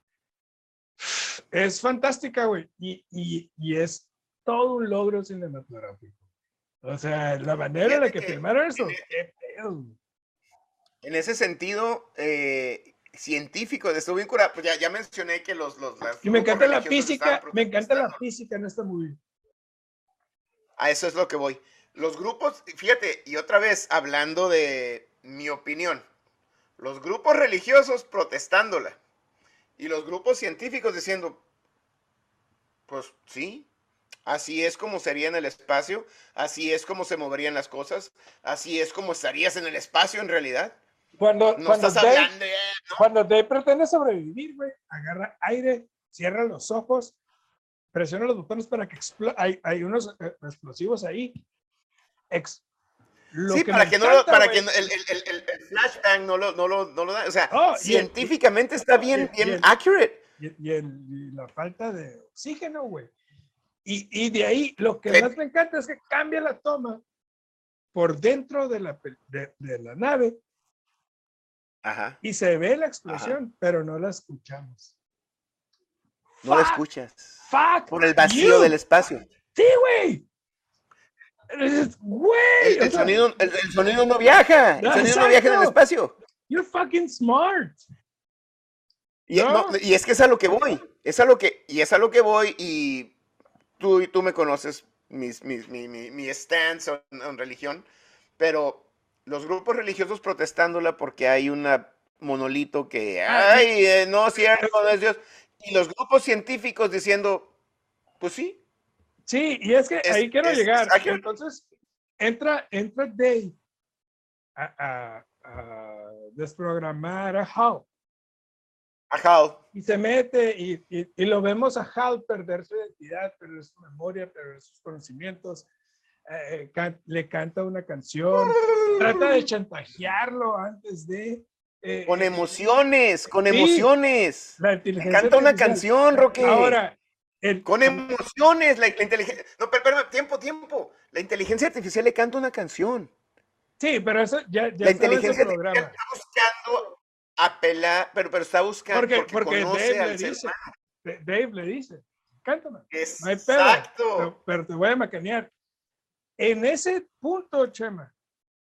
es fantástica, güey. Y, y, y es todo un logro cinematográfico. O sea, la manera en la que, que filmaron eso, en, qué pedo. En ese sentido, eh, científico, estuvo bien curado. Pues ya, ya mencioné que los, los las y me encanta la física, me encanta la física en esta movie. A eso es lo que voy. Los grupos, fíjate, y otra vez hablando de mi opinión, los grupos religiosos protestándola y los grupos científicos diciendo, pues sí, así es como sería en el espacio, así es como se moverían las cosas, así es como estarías en el espacio en realidad. Cuando, no cuando, estás Dave, hablando, eh, ¿no? cuando Dave pretende sobrevivir, güey, agarra aire, cierra los ojos, presiona los botones para que explote. Hay, hay unos eh, explosivos ahí. Ex lo sí, que para que encanta, no lo, para wey. que el, el, el, el, flashbang no lo, no lo, no lo da. O sea, oh, científicamente y, está bien, y, bien y el, accurate. Y, y, el, y la falta de oxígeno, güey. Y, y de ahí, lo que sí. más me encanta es que cambia la toma por dentro de la, de, de la nave. Ajá. Y se ve la explosión, Ajá. pero no la escuchamos. No fuck, la escuchas. Fuck por el vacío you. del espacio. Sí, güey. Güey. El, el, sonido, el, el sonido no viaja. El sonido exacto. no viaja en el espacio. You're fucking smart. Y, ¿no? No, y es que es a lo que voy. Es a lo que, y es a lo que voy. Y tú, y tú me conoces mis, mis, mi, mi, mi stance en, en religión. Pero los grupos religiosos protestándola porque hay un monolito que, ay, eh, no es cierto, no es Dios. Y los grupos científicos diciendo, pues sí. Sí, y es que es, ahí quiero es, llegar. Es, Entonces, entra, entra Dave a, a, a desprogramar a Hal. A Hal. Y se mete y, y, y lo vemos a Hal perder su identidad, perder su memoria, perder sus conocimientos. Eh, can, le canta una canción, trata de chantajearlo antes de... Eh, con emociones, con sí, emociones. La inteligencia canta una canción, Roque. Ahora, el, con emociones, la, la inteligencia... No, pero, pero, tiempo, tiempo. La inteligencia artificial le canta una canción. Sí, pero eso ya, ya la inteligencia artificial está buscando apelar, pero, pero está buscando porque, porque, porque conoce Dave al le ser dice, humano. Dave le dice, cántame. Exacto. No hay pedo, pero, pero te voy a macanear. En ese punto, Chema,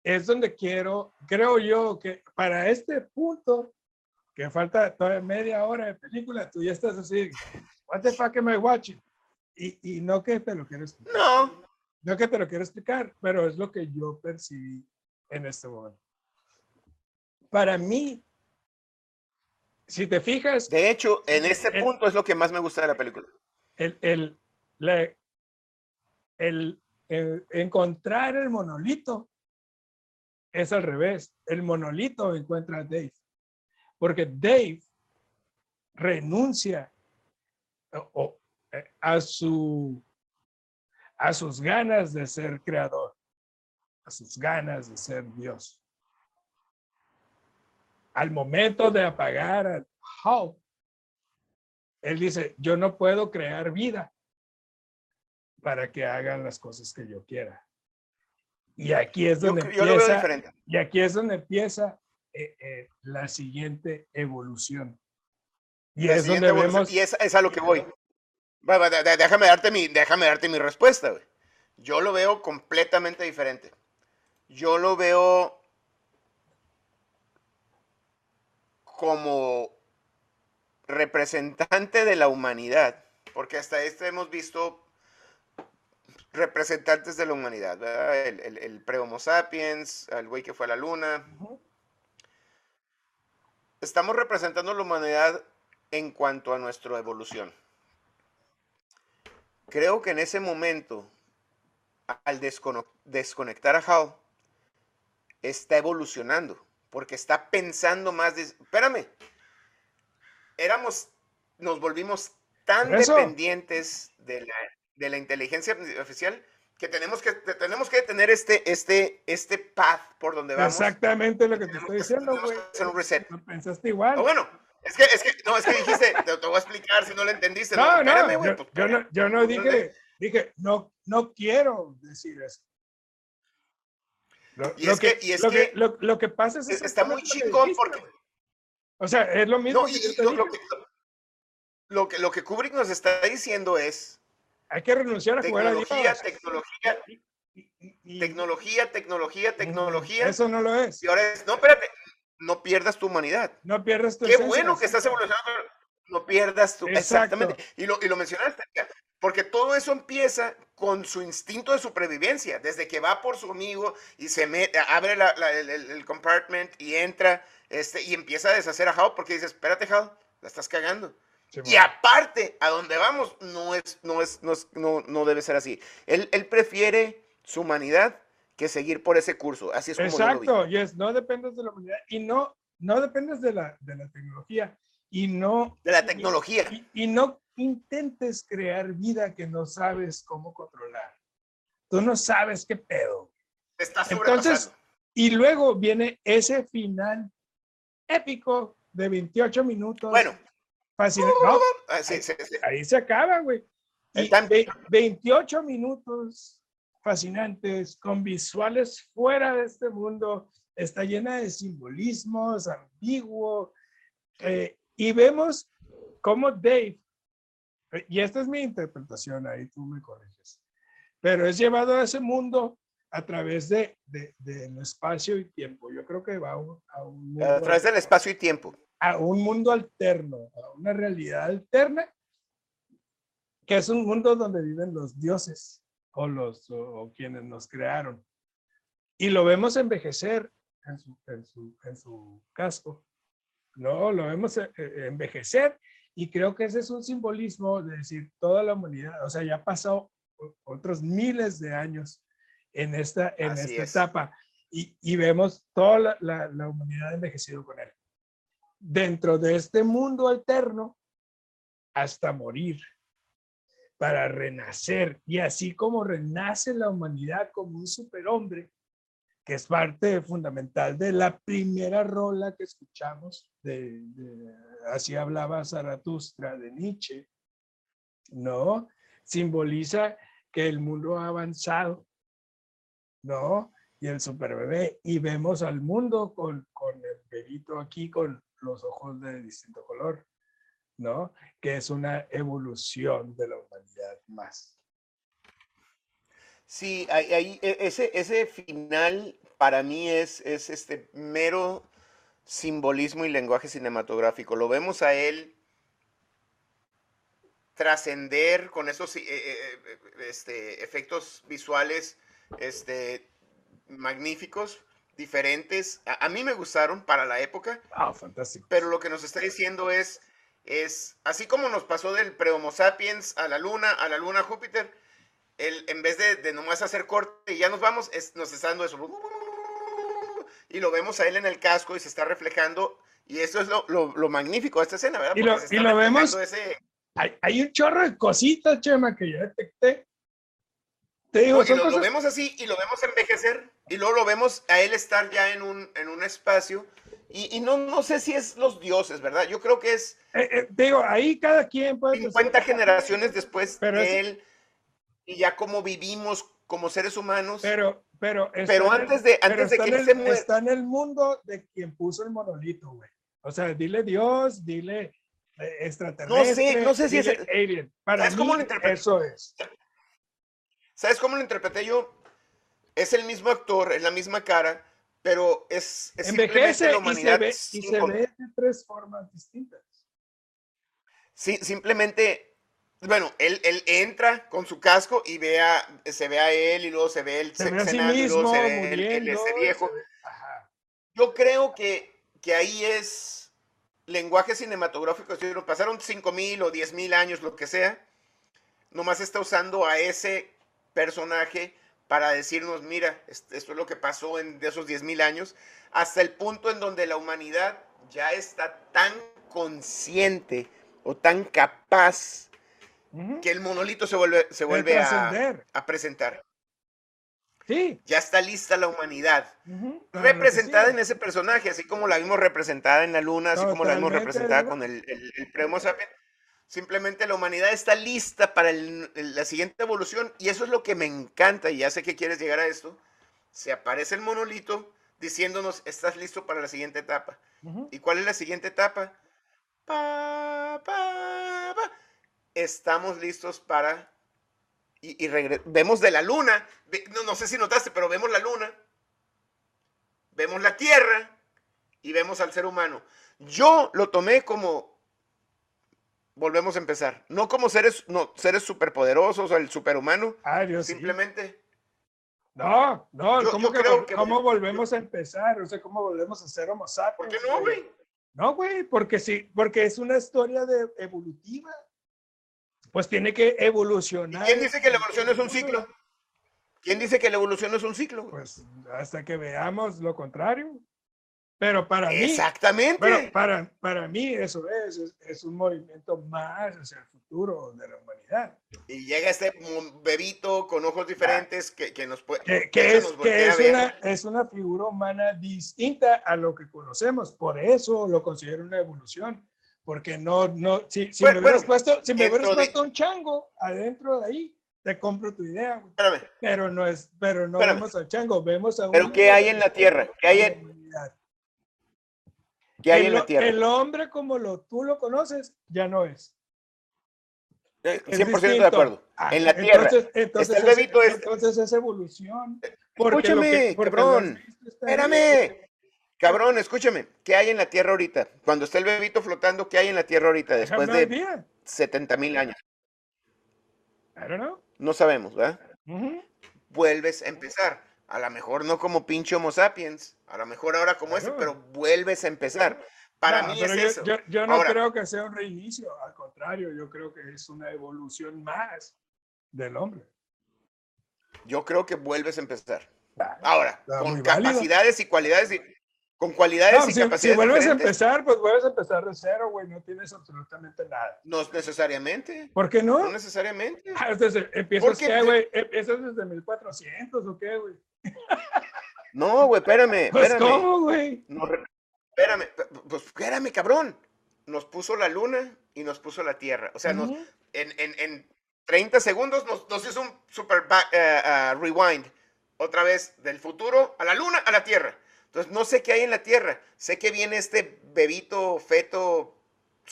es donde quiero, creo yo que para este punto, que falta todavía media hora de película, tú ya estás así, what the fuck am I watching? Y, y no que te lo quiero explicar. No. No que te lo quiero explicar, pero es lo que yo percibí en este momento. Para mí, si te fijas... De hecho, en este el, punto es lo que más me gusta de la película. El, el, la, el, el encontrar el monolito es al revés. El monolito encuentra a Dave. Porque Dave renuncia o, o, a, su, a sus ganas de ser creador, a sus ganas de ser Dios. Al momento de apagar a Hal, él dice, yo no puedo crear vida para que hagan las cosas que yo quiera. Y aquí es donde yo, empieza, yo lo veo diferente. Y aquí es donde empieza eh, eh, la siguiente evolución. Y la es donde vemos... Y es, es a lo que voy. Déjame darte mi, déjame darte mi respuesta, güey. Yo lo veo completamente diferente. Yo lo veo como representante de la humanidad, porque hasta este hemos visto representantes de la humanidad, ¿verdad? El, el, el pre-homo sapiens, el güey que fue a la luna. Uh-huh. Estamos representando a la humanidad en cuanto a nuestra evolución. Creo que en ese momento, al desconectar a Hal, está evolucionando, porque está pensando más de, espérame, éramos, nos volvimos tan dependientes de la, de la inteligencia artificial que tenemos que tenemos que tener este este este path por donde vamos. Exactamente lo que te estoy diciendo, güey. Hacer un reset. ¿No pensaste igual? O bueno, es que es que no, es que dijiste, te, te voy a explicar si no lo entendiste. No, no, espérame, yo, pues, yo no, yo no dije, dije, no, no quiero decir eso. Lo, y lo es que, que, y es lo que, que lo, lo que pasa es está muy chingón porque, o sea, es lo mismo no, que y, yo te lo, dije. Lo que, lo que lo que Kubrick nos está diciendo es, hay que renunciar a jugar a Dios. Tecnología, y, y, y, tecnología, tecnología, tecnología. Eso no lo es. Y ahora es, no, espérate, no pierdas tu humanidad. No pierdas tu Qué esencia, bueno que estás evolucionando, no pierdas tu... Exacto. Exactamente. Y lo, y lo mencionaste, porque todo eso empieza con su instinto de supervivencia, desde que va por su amigo y se mete, abre la, la, el, el compartment y entra este, y empieza a deshacer a Hal, porque dice, espérate Hal, la estás cagando. Sí, y aparte, a donde vamos, no, es, no, es, no, es, no, no debe ser así. Él, él prefiere su humanidad que seguir por ese curso. Así es como Exacto, yo lo vi. Yes, no dependes de la humanidad y no, no dependes de la, de la tecnología y no... De la tecnología. Y, y, y no intentes crear vida que no sabes cómo controlar. Tú no sabes qué pedo. Te estás sobrepasando. Entonces, y luego viene ese final épico de veintiocho minutos. Bueno. Fascinante. No, ah, sí, ahí, sí, sí. ahí se acaba, güey. Y veintiocho minutos fascinantes, con visuales fuera de este mundo, está llena de simbolismos, ambiguo, eh, y vemos cómo Dave, y esta es mi interpretación, ahí tú me corriges, pero es llevado a ese mundo a través de, de, del espacio y tiempo. Yo creo que va a un, a un mundo a través del espacio y tiempo. A un mundo alterno, a una realidad alterna, que es un mundo donde viven los dioses o, los, o, o quienes nos crearon. Y lo vemos envejecer en su, en su, en su casco. No, lo vemos envejecer y creo que ese es un simbolismo de decir toda la humanidad, o sea, ya pasó otros miles de años en esta, en esta etapa y, y vemos toda la, la, la humanidad envejecido con él. Dentro de este mundo alterno hasta morir para renacer, y así como renace la humanidad como un superhombre, que es parte fundamental de la primera rola que escuchamos, de, de, así hablaba Zaratustra de Nietzsche, ¿no? Simboliza que el mundo ha avanzado, ¿no? Y el superbebé, y vemos al mundo con, con el bebito aquí, con los ojos de distinto color, ¿no? Que es una evolución de la humanidad más. Sí, ahí, ahí, ese, ese final para mí es, es este mero simbolismo y lenguaje cinematográfico. Lo vemos a él trascender con esos eh, eh, este, efectos visuales este, magníficos, diferentes. A, a, mí me gustaron para la época. Ah, oh, fantástico. Pero lo que nos está diciendo es, es así como nos pasó del pre-Homo sapiens a la Luna, a la Luna a Júpiter, él, en vez de, de nomás hacer corte y ya nos vamos, es, nos está dando eso. Y lo vemos a él en el casco y se está reflejando. Y eso es lo, lo, lo magnífico de esta escena, ¿verdad? Y Porque lo, se está y lo vemos. Ese... Hay, hay un chorro de cositas, Chema, que ya detecté. Te digo, no, y son lo, cosas... lo vemos así y lo vemos envejecer. Y luego lo vemos a él estar ya en un, en un espacio. Y, y no, no sé si es los dioses, ¿verdad? Yo creo que es... Eh, eh, digo, ahí cada quien puede... cincuenta pensar, generaciones después pero de es, él y ya como vivimos como seres humanos. Pero, pero, pero antes de, antes de que él el, se muera... Está en el mundo de quien puso el monolito, güey. O sea, dile Dios, dile eh, extraterrestre, no sé, no sé si dile es... alien. Para mí, cómo lo eso es. ¿Sabes cómo lo interpreté yo? Es el mismo actor, es la misma cara, pero es, es envejece la humanidad y se, ve, y se ve de tres formas distintas. Sí, simplemente, bueno, él, él entra con su casco y ve a, se ve a él y luego se ve él se ve a sí cenando mismo, y luego se ve muriendo, él, él ese viejo. Ve, ajá. Yo creo que, que ahí es lenguaje cinematográfico. Si lo pasaron cinco mil o diez mil años, lo que sea, nomás está usando a ese personaje para decirnos, mira, esto es lo que pasó en de esos diez mil años, hasta el punto en donde la humanidad ya está tan consciente o tan capaz uh-huh. que el monolito se vuelve, se vuelve a, a presentar. Sí. Ya está lista la humanidad. Uh-huh. Representada en ese personaje, así como la vimos representada en la Luna, así Totalmente como la vimos representada con el, el, el pre-Homo sapiens. Simplemente la humanidad está lista para el, el, la siguiente evolución. Y eso es lo que me encanta. Y ya sé que quieres llegar a esto. Se aparece el monolito diciéndonos, estás listo para la siguiente etapa. Uh-huh. ¿Y cuál es la siguiente etapa? Pa, pa, pa. Estamos listos para... Y, y regre... vemos de la luna. No, no sé si notaste, pero vemos la luna. Vemos la Tierra. Y vemos al ser humano. Yo lo tomé como... Volvemos a empezar. No como seres, no, seres superpoderosos o el superhumano. Ah, Dios simplemente. Sí. No, no, yo, ¿cómo, yo que, creo que, ¿cómo volvemos a empezar? O sea, ¿cómo volvemos a ser Homo sapiens? ¿Por qué no, güey? No, güey, porque sí, porque es una historia de evolutiva. Pues tiene que evolucionar. ¿Y quién dice que la evolución es un ciclo? ¿Quién dice que la evolución es un ciclo? Pues hasta que veamos lo contrario. Pero para mí, exactamente. Pero para, para mí eso es, es, es un movimiento más hacia el futuro de la humanidad. Y llega este bebito con ojos diferentes ah, que, que nos puede... Que, que, es, nos que es, una, es una figura humana distinta a lo que conocemos. Por eso lo considero una evolución. Porque no, no, si, si bueno, me hubieras bueno, puesto, si me hubieras puesto de... un chango adentro de ahí, te compro tu idea. Espérame. Pero no es, pero no Espérame. vemos al chango, vemos a Pero ¿qué hay en la Tierra? ¿Qué hay en... ¿Qué hay el, en la Tierra? El hombre como lo, tú lo conoces ya no es. cien por ciento de acuerdo. Ah, en la Tierra. Entonces, entonces, está el bebito es, este. entonces es evolución. Escúchame, que, cabrón. Espérame. Cabrón, escúchame. ¿Qué hay en la Tierra ahorita? Cuando está el bebito flotando, ¿qué hay en la Tierra ahorita? Después de setenta mil años. I don't know. No sabemos, ¿verdad? Uh-huh. Vuelves a empezar. A lo mejor no como pinche Homo sapiens. A lo mejor ahora como claro. ese, pero vuelves a empezar. Para no, mí es yo, eso. Yo, yo no ahora, creo que sea un reinicio. Al contrario, yo creo que es una evolución más del hombre. Yo creo que vuelves a empezar. Ah, ahora, con válido. capacidades y cualidades y, con cualidades no, y si, capacidades si vuelves diferentes. a empezar, pues vuelves a empezar de cero, güey. No tienes absolutamente nada. No necesariamente. ¿Por qué no? No necesariamente. Ah, entonces, ¿empiezas qué, güey? ¿Empiezas desde mil cuatrocientos o qué, güey? No, güey, espérame, pues espérame. ¿Cómo, güey? No, espérame, pues espérame, cabrón. Nos puso la luna y nos puso la tierra. O sea, uh-huh. nos, en, en, en treinta segundos nos, nos hizo un super back, uh, uh, rewind. Otra vez, del futuro a la luna, a la tierra. Entonces, no sé qué hay en la tierra. Sé que viene este bebito, feto,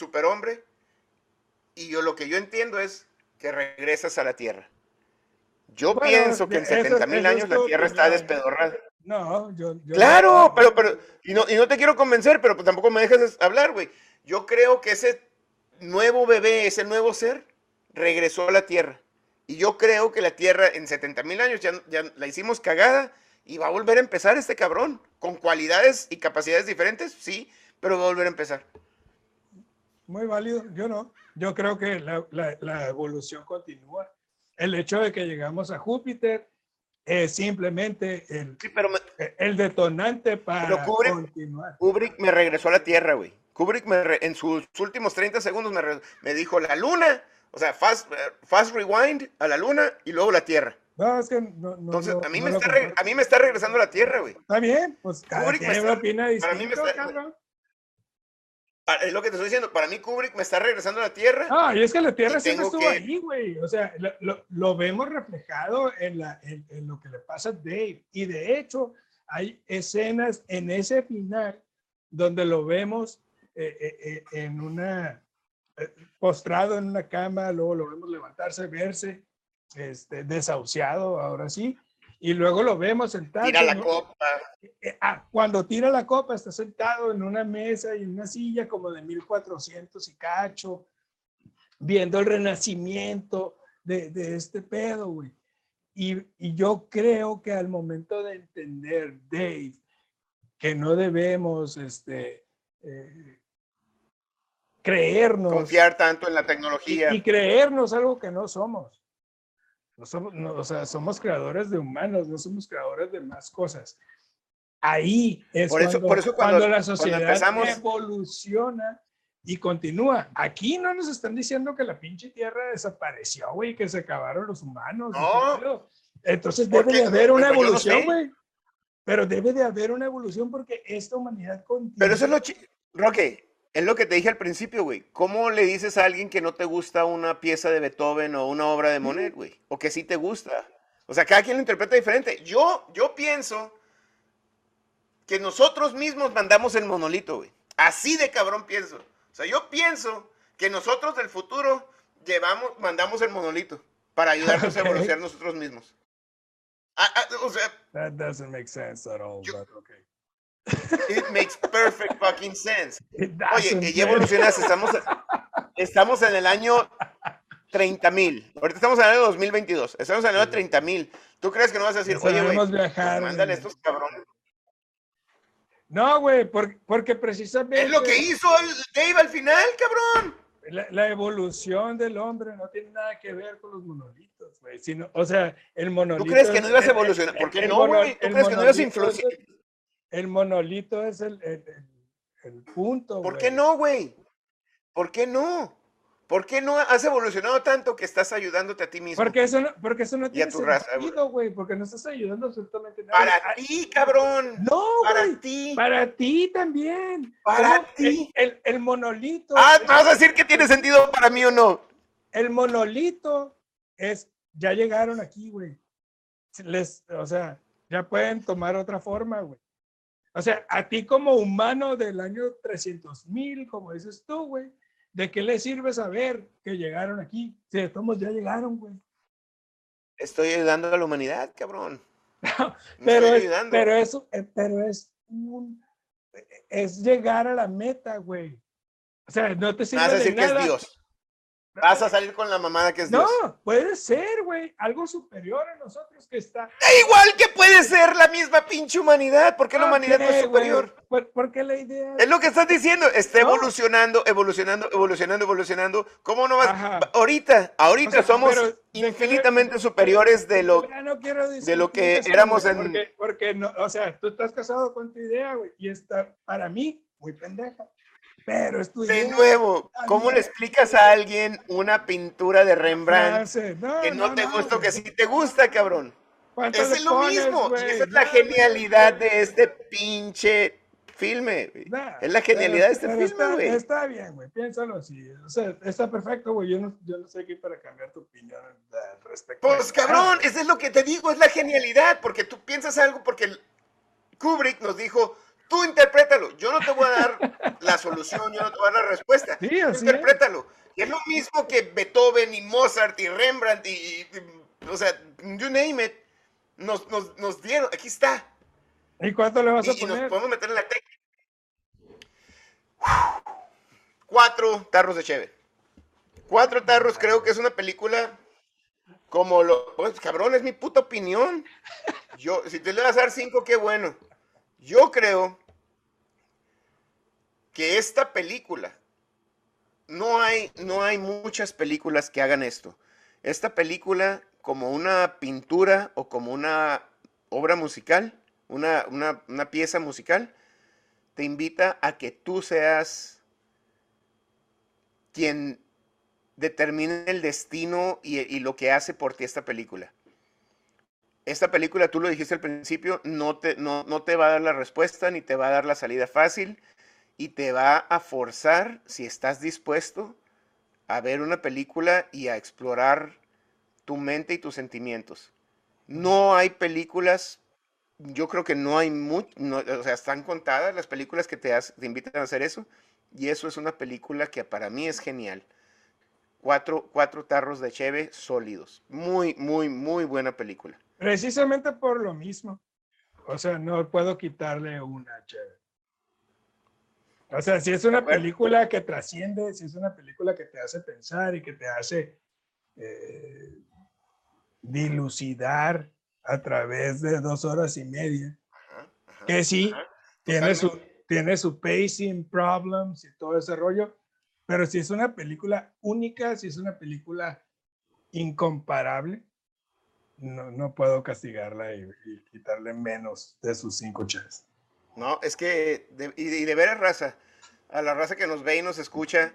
superhombre. Y yo lo que yo entiendo es que regresas a la tierra. Yo Bueno, pienso que en eso, setenta mil eso es años la tu Tierra está opinión. despedorrada. No, yo, yo Claro, no. pero, pero, y no, y no te quiero convencer, pero pues tampoco me dejas hablar, güey. Yo creo que ese nuevo bebé, ese nuevo ser, regresó a la Tierra. Y yo creo que la Tierra en setenta mil años ya, ya la hicimos cagada y va a volver a empezar este cabrón. Con cualidades y capacidades diferentes, sí, pero va a volver a empezar. Muy válido, yo no. Yo creo que la, la, la evolución continúa. El hecho de que llegamos a Júpiter es simplemente el, Sí, pero, me, el detonante pero para Kubrick, continuar. Kubrick me regresó a la Tierra, güey. Kubrick me re, en sus últimos treinta segundos me, re, me dijo la Luna, o sea, fast, fast rewind a la Luna y luego la Tierra. No, es que no, no, Entonces, no, a mí, no me lo está re, a mí me está regresando a la Tierra, güey. Está bien, pues cada Kubrick me quien está, opina para mí me distinto, está, cabrón. es lo que te estoy diciendo, para mí Kubrick me está regresando a la Tierra. Ah, y es que la Tierra y siempre tengo estuvo que... ahí, güey. O sea, lo, lo, lo vemos reflejado en, la, en, en lo que le pasa a Dave. Y de hecho, hay escenas en ese final donde lo vemos eh, eh, en una, eh, postrado en una cama, luego lo vemos levantarse, verse este, desahuciado, ahora sí, y luego lo vemos sentado. Tira la ¿no? copa. Eh, ah, cuando tira la copa está sentado en una mesa y en una silla como de mil cuatrocientos y cacho, viendo el renacimiento de, de este pedo, güey. Y, y yo creo que al momento de entender, Dave, que no debemos este, eh, creernos. Confiar tanto en la tecnología. Y, y creernos algo que no somos. No somos no, o sea, somos creadores de humanos, no somos creadores de más cosas. Ahí es por eso, cuando, por eso cuando, cuando la sociedad cuando empezamos... evoluciona y continúa. Aquí no nos están diciendo que la pinche tierra desapareció, güey, que se acabaron los humanos. No. Entonces debe de haber una evolución, güey. No, pero debe de haber una evolución porque esta humanidad continúa. Pero eso es lo chido. Roque, es lo que te dije al principio, güey. ¿Cómo le dices a alguien que no te gusta una pieza de Beethoven o una obra de Monet, güey? O que sí te gusta. O sea, cada quien lo interpreta diferente. Yo, yo pienso que nosotros mismos mandamos el monolito, güey. Así de cabrón pienso. O sea, yo pienso que nosotros del futuro llevamos, mandamos el monolito para ayudarnos okay. a evolucionar nosotros mismos. Ah, ah, o sea, that doesn't make sense at all, yo, but okay. It makes perfect fucking sense. Oye, ya evolucionaste, estamos, estamos en el año treinta mil. Ahorita estamos en el año dos mil veintidós. Estamos en el año treinta mil. ¿Tú crees que no vas a decir, oye, güey, pues mándale estos cabrones? No, güey, porque, porque precisamente... Es lo que hizo el Dave al final, cabrón. La, la evolución del hombre no tiene nada que ver con los monolitos, güey. Sino, o sea, el monolito... ¿Tú crees que no ibas a evolucionar? ¿Por qué no, güey? ¿Tú crees que no ibas a influenciar? El monolito es el, el, el, el punto, ¿Por güey. qué no, güey? ¿Por qué no? ¿Por qué no has evolucionado tanto que estás ayudándote a ti mismo? Porque eso no, porque eso no tiene tu raza, sentido, güey, porque no estás ayudando absolutamente nada. Para ah, ti, cabrón. No, para güey, ti. Para ti también. Para ¿Cómo? ti. El, el, el monolito. Ah, ¿me vas a decir que tiene sentido para mí o no? El monolito es, ya llegaron aquí, güey. Les, o sea, ya pueden tomar otra forma, güey. O sea, a ti como humano del año trescientos mil, como dices tú, güey, ¿de qué le sirve saber que llegaron aquí? Si estamos ya llegaron, güey. Estoy ayudando a la humanidad, cabrón. No, pero, es, pero, eso, pero es un, es llegar a la meta, güey. O sea, no te sirve Vas a de decir nada. Que es Dios. Vas a salir con la mamada que es no, Dios. No, puede ser, güey. Algo superior a nosotros que está. Da igual que puede ser la misma pinche humanidad. ¿Por qué la okay, humanidad no es superior? Por, porque la idea. Es lo que estás diciendo. Está no. evolucionando, evolucionando, evolucionando, evolucionando. ¿Cómo no vas? Ajá. Ahorita, ahorita o sea, somos infinitamente superiores de lo, no de lo que eso, éramos en. Porque, porque no, o sea, tú estás casado con tu idea, güey. Y está, para mí, muy pendeja. Pero es tu de idea. nuevo, ¿cómo también le explicas a alguien una pintura de Rembrandt no, que no, no te no, gusta o güey. que sí te gusta, cabrón? Eso es lo pones, mismo. Wey? Y esa es no, la genialidad wey. de este pinche filme. Nah, es la genialidad pero, de este filme, güey. Está, está bien, güey. Piénsalo así. O sea, está perfecto, güey. Yo no, yo no sé qué para cambiar tu opinión al respecto. Pues, cabrón, eso es lo que te digo. Es la genialidad. Porque tú piensas algo porque Kubrick nos dijo... Tú interprétalo, yo no te voy a dar la solución, yo no te voy a dar la respuesta. Sí, tú interprétalo. Es. Y es lo mismo que Beethoven y Mozart y Rembrandt y, y o sea, you name it, nos, nos, nos dieron, aquí está. ¿Y cuánto le vas a Y, y nos poner? podemos meter en la técnica. Cuatro tarros de cheve. Cuatro tarros, creo que es una película como lo. Pues, cabrón, es mi puta opinión. Yo, si te le vas a dar cinco, qué bueno. Yo creo que esta película, no hay, no hay muchas películas que hagan esto. Esta película, como una pintura o como una obra musical, una, una, una pieza musical, te invita a que tú seas quien determine el destino y, y lo que hace por ti esta película. Esta película, tú lo dijiste al principio, no te, no, no te va a dar la respuesta ni te va a dar la salida fácil y te va a forzar, si estás dispuesto, a ver una película y a explorar tu mente y tus sentimientos. No hay películas, yo creo que no hay mucho, no, o sea, están contadas las películas que te, has, te invitan a hacer eso, y eso es una película que para mí es genial. Cuatro, cuatro tarros de cheve sólidos. Muy, muy, muy buena película. Precisamente por lo mismo. O sea, no puedo quitarle una cheve. O sea, si es una película que trasciende, si es una película que te hace pensar y que te hace eh, dilucidar a través de dos horas y media, ajá, ajá, que sí, ajá, tiene, su, tiene su pacing problems y todo ese rollo, pero si es una película única, si es una película incomparable, no, no puedo castigarla y, y quitarle menos de sus cinco cheves. No, es que, de, y, de, y de veras, raza, a la raza que nos ve y nos escucha,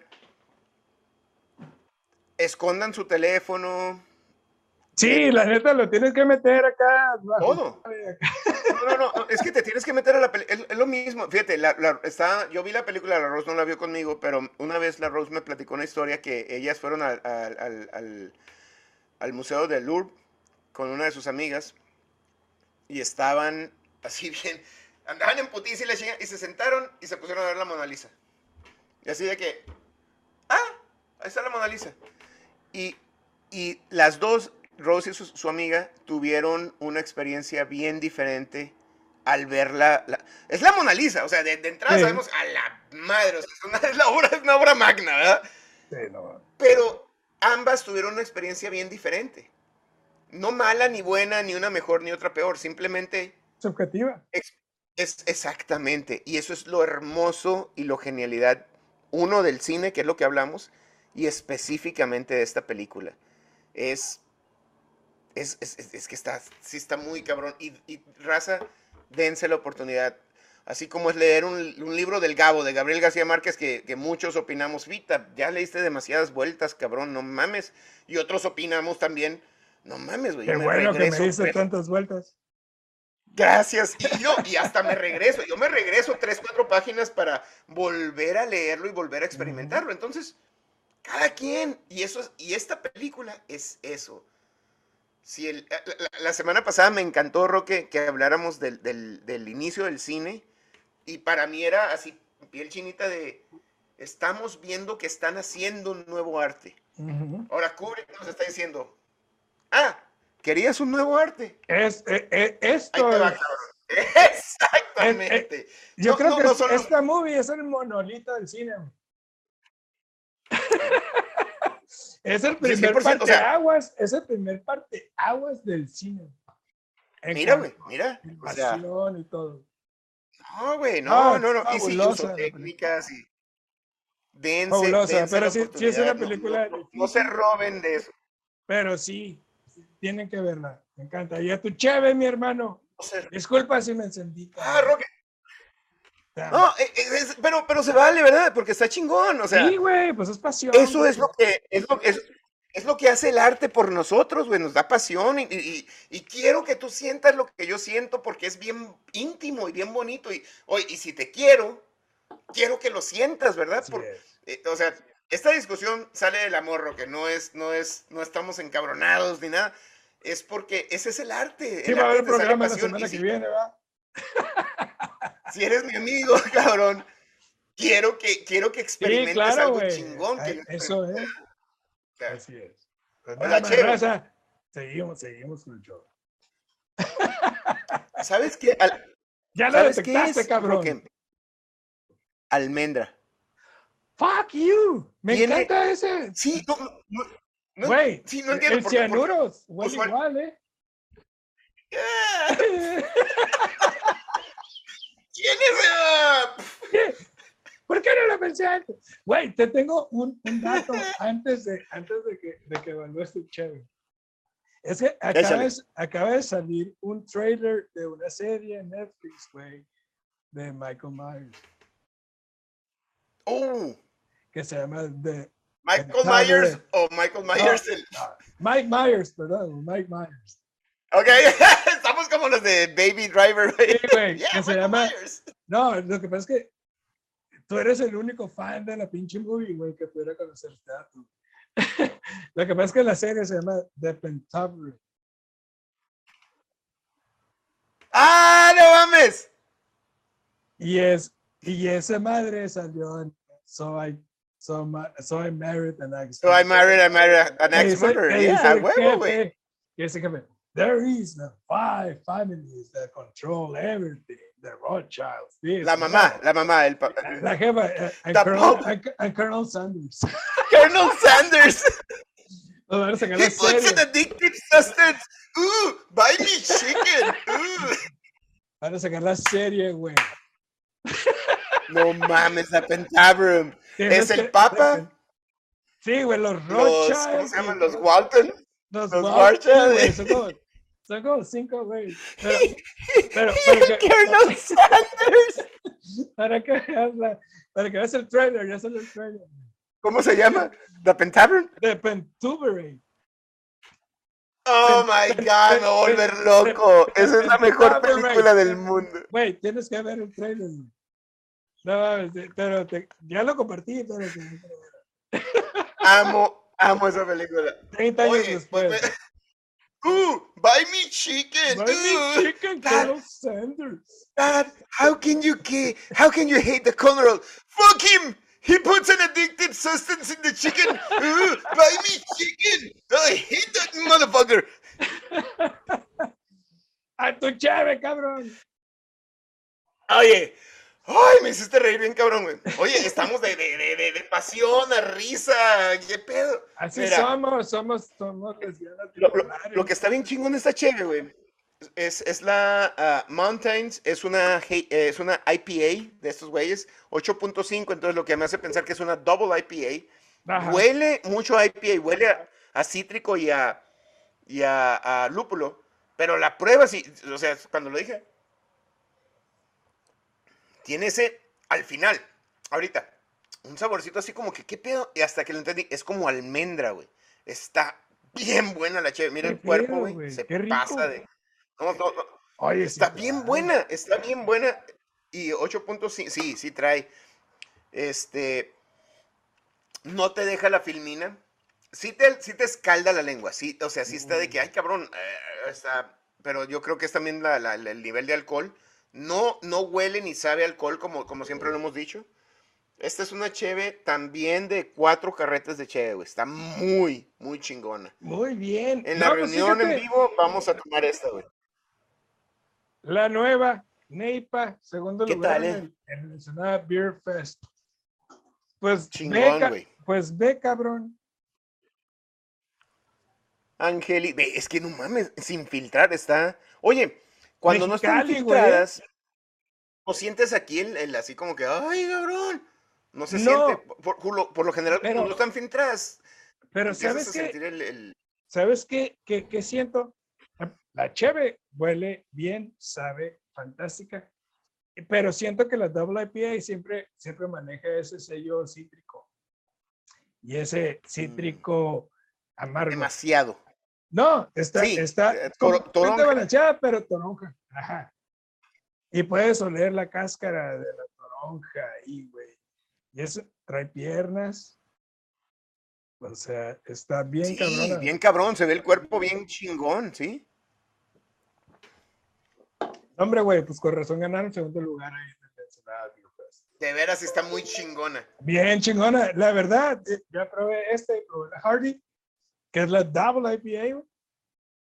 escondan su teléfono. Sí, de, la neta, lo tienes que meter acá. Todo. No, no, no, es que te tienes que meter a la película. Es, es, lo mismo. Fíjate, la, la, está, yo vi la película, la Rose no la vio conmigo, pero una vez la Rose me platicó una historia que ellas fueron al, al, al, al, al Museo del Louvre con una de sus amigas y estaban así bien, andaban en putiza y, la chinga, y se sentaron y se pusieron a ver la Mona Lisa. Y así de que, ah, ahí está la Mona Lisa. Y, y las dos, Rose y su, su amiga, tuvieron una experiencia bien diferente al verla. La, es la Mona Lisa, o sea, de, de entrada sí. Sabemos a la madre, o sea, es una, es, la obra, es una obra magna, ¿verdad? Sí, no. Pero ambas tuvieron una experiencia bien diferente. No mala, ni buena, ni una mejor, ni otra peor, simplemente... Subjetiva. Es, es exactamente, y eso es lo hermoso y lo genialidad, uno, del cine, que es lo que hablamos, y específicamente de esta película. Es, es, es, es, es que está, sí está muy cabrón, y, y raza, dense la oportunidad. Así como es leer un, un libro del Gabo, de Gabriel García Márquez, que, que muchos opinamos, Vita, ya leíste demasiadas vueltas, cabrón, no mames, y otros opinamos también, no mames, güey. Qué bueno que me diste tantas vueltas. Gracias. Y yo, y hasta me regreso. Yo me regreso tres, cuatro páginas para volver a leerlo y volver a experimentarlo. Entonces, cada quien. Y eso es, y esta película es eso. Si el, la, la semana pasada me encantó, Roque, que habláramos del, del, del inicio del cine. Y para mí era así, piel chinita de. Estamos viendo que están haciendo un nuevo arte. Uh-huh. Ahora Kubrick nos está diciendo. Ah, ¿querías un nuevo arte? Es, eh, eh, esto Ahí te va, es, exactamente. Eh, eh, yo no, creo no, que no es, solo... esta movie es el monolito del cine. Es el primer parteaguas, o sea, es el primer parteaguas del cine. Mira, güey, mira. O sea, y todo. No, güey, no, no, no. no. Y sí, uso técnicas y... Dense, fabulosa, dense pero sí, sí es una película. No, no, no se roben de eso. Pero sí, tienen que verla. Me encanta. Y a tu cheve, mi hermano. No sé. Disculpa si me encendí. Ah, Roque. No, es, es, pero, pero se vale, ¿verdad? Porque está chingón, o sea. Sí, güey, pues es pasión. Eso güey. es lo que, es lo, es, es lo que hace el arte por nosotros, güey, nos da pasión y, y, y quiero que tú sientas lo que yo siento porque es bien íntimo y bien bonito. Y, oye, y si te quiero, quiero que lo sientas, ¿verdad? Por, eh, o sea, esta discusión sale del amor, Roque, no es, no es, no estamos encabronados ni nada. Es porque ese es el arte. Sí, el va a arte haber programa la semana que viene, ¿verdad? Si eres mi amigo, cabrón, quiero que, quiero que experimentes sí, claro, algo wey. chingón. Que Eso es. O sea, así es. Pues hola, nada, raza, Seguimos, seguimos con el show. ¿Sabes qué? Al- Ya lo ¿Sabes qué detectaste, es? cabrón. Roque? Almendra. Fuck you. Me Tiene- encanta ese. Sí, no, no, no, Güey, sí, no entiendo el por qué. porque- cianuros huele usual- igual, ¿eh? ¡Ah! ¿Quién es? Ah, ¿Qué? ¿Por qué no lo pensé antes? Güey, te tengo un, un dato antes de, antes de que, de que evalúes tu chévere. Es que acaba de, acaba de salir un trailer de una serie en Netflix, güey, de Michael Myers, Oh, que se llama The Michael Pentaverate. Myers o Michael Myers. No, el- no, Mike Myers, perdón, Mike Myers. Ok, estamos como los de Baby Driver, güey. Sí, güey, Yeah, que se Michael llama... Myers. No, lo que pasa es que tú eres el único fan de la pinche movie, güey, que pudiera conocer este dato. Lo que pasa es que la serie se llama The Pentaverate. ¡Ah, no mames! Y es, y esa madre salió en So I, so, ma- so I married an ex. So I married, I married an Que dice- ex-murderer. que dice Yeah, el huevo, güey. jefe, que dice jefe, there is the five families that control everything. The Rothschilds. This, La mamá, that. la mamá, el pa- La jefa, eh, and, The Colonel, Pope. and, and Colonel Sanders. Colonel Sanders. Nos van a sacar He la puts serie. an addictive substance. Ooh, buy me chicken. Ooh. Van a sacar la serie, güey. No mames, la Pentaverum. Tienes ¿Es el que- Papa? Sí, güey, los Los, Rothschilds. ¿cómo se llaman? y- Los Walton. Los, los Waltons, Rothschild. güey, son como, son como cinco, güey. Pero, pero, pero que- Colonel Sanders. para que veas la, para que veas el trailer, ya salió el trailer. ¿Cómo se llama? The Pentaverum. De Pentuberate. Oh my God, me voy a volver loco. Esa es la mejor película del mundo. Güey, tienes que ver el trailer. Güey. No mames, te- pero te- ya lo compartí, pero te- Amo, amo esa película. treinta años Oye, después. pues, Ooh, buy me chicken. Buy me Ooh. chicken, Dad. Colonel Sanders. Dad, how can you ki- how can you hate the Colonel? Fuck him! He puts an addictive substance in the chicken. Ooh, buy me chicken. I hate that motherfucker. A tu chave, cabrón. Oye, ay, me hiciste reír bien, cabrón, güey. Oye, estamos de, de, de, de, de pasión a risa. ¿Qué pedo? Así Mira, somos, somos, somos lesbianas Lo, lo- bipolares. lo que está bien chingón de esta chévere, güey, es, es la ah, Mountains, es una, hey- eh, es una I P A de estos güeyes, ocho punto cinco, entonces lo que me hace pensar que es una double I P A. Ajá. Huele mucho a I P A, huele a, a cítrico y a, y a, a lúpulo, pero la prueba, sí, o sea, cuando lo dije, tiene ese, al final, ahorita, un saborcito así como que, ¿qué pedo? Y hasta que lo entendí, es como almendra, güey. Está bien buena la chévere. Mira Qué el cuerpo, pedo, güey. güey, Se qué rico. pasa de... No, no, no. Oye, Está sí, bien claro. buena, está bien buena. Y ocho punto cinco, sí, sí trae. Este... No te deja la filmina. Sí te, sí te escalda la lengua, sí. O sea, sí está de que, ay, cabrón, eh, está... Pero yo creo que es también la- la- la- el nivel de alcohol. No, no huele ni sabe a alcohol, como, como siempre lo hemos dicho. Esta es una cheve también de cuatro carretas de cheve, güey. Está muy, muy chingona. Muy bien. En la No, pues reunión en fíjate, vivo vamos a tomar esta, güey. La nueva, Neipa, segundo ¿Qué lugar tal, en eh? el, en el Ensenada Beer Fest. Pues Chingón, ve, ca- güey. pues ve, cabrón. Angeli, ve, es que no mames, sin filtrar está. Oye, cuando no están Mexicali, güey. filtradas, ¿no sientes aquí el, el así como que, ay, cabrón? No se No. siente. Por, por lo, por lo general, Pero- cuando no están filtradas, Pero empiezas ¿sabes a qué? sentir el, el- ¿Sabes qué, qué, qué siento? La cheve huele bien, sabe, fantástica. Pero siento que la Double I P A siempre, siempre maneja ese sello cítrico. Y ese cítrico amargo. demasiado. No, está, Sí, está eh, toro- completamente toronja. balanceada, pero toronja. Ajá. Y puedes oler la cáscara de la toronja ahí, güey. Y eso trae piernas. O sea, está bien Sí, cabrona. bien cabrón, se ve el cuerpo bien chingón, ¿sí? Hombre, güey, pues con razón ganaron segundo lugar ahí en el Ensenada Beer Fest. De veras está muy chingona. Bien chingona. La verdad, eh, ya probé este, probé la Hardy, que es la Double I P A, güey.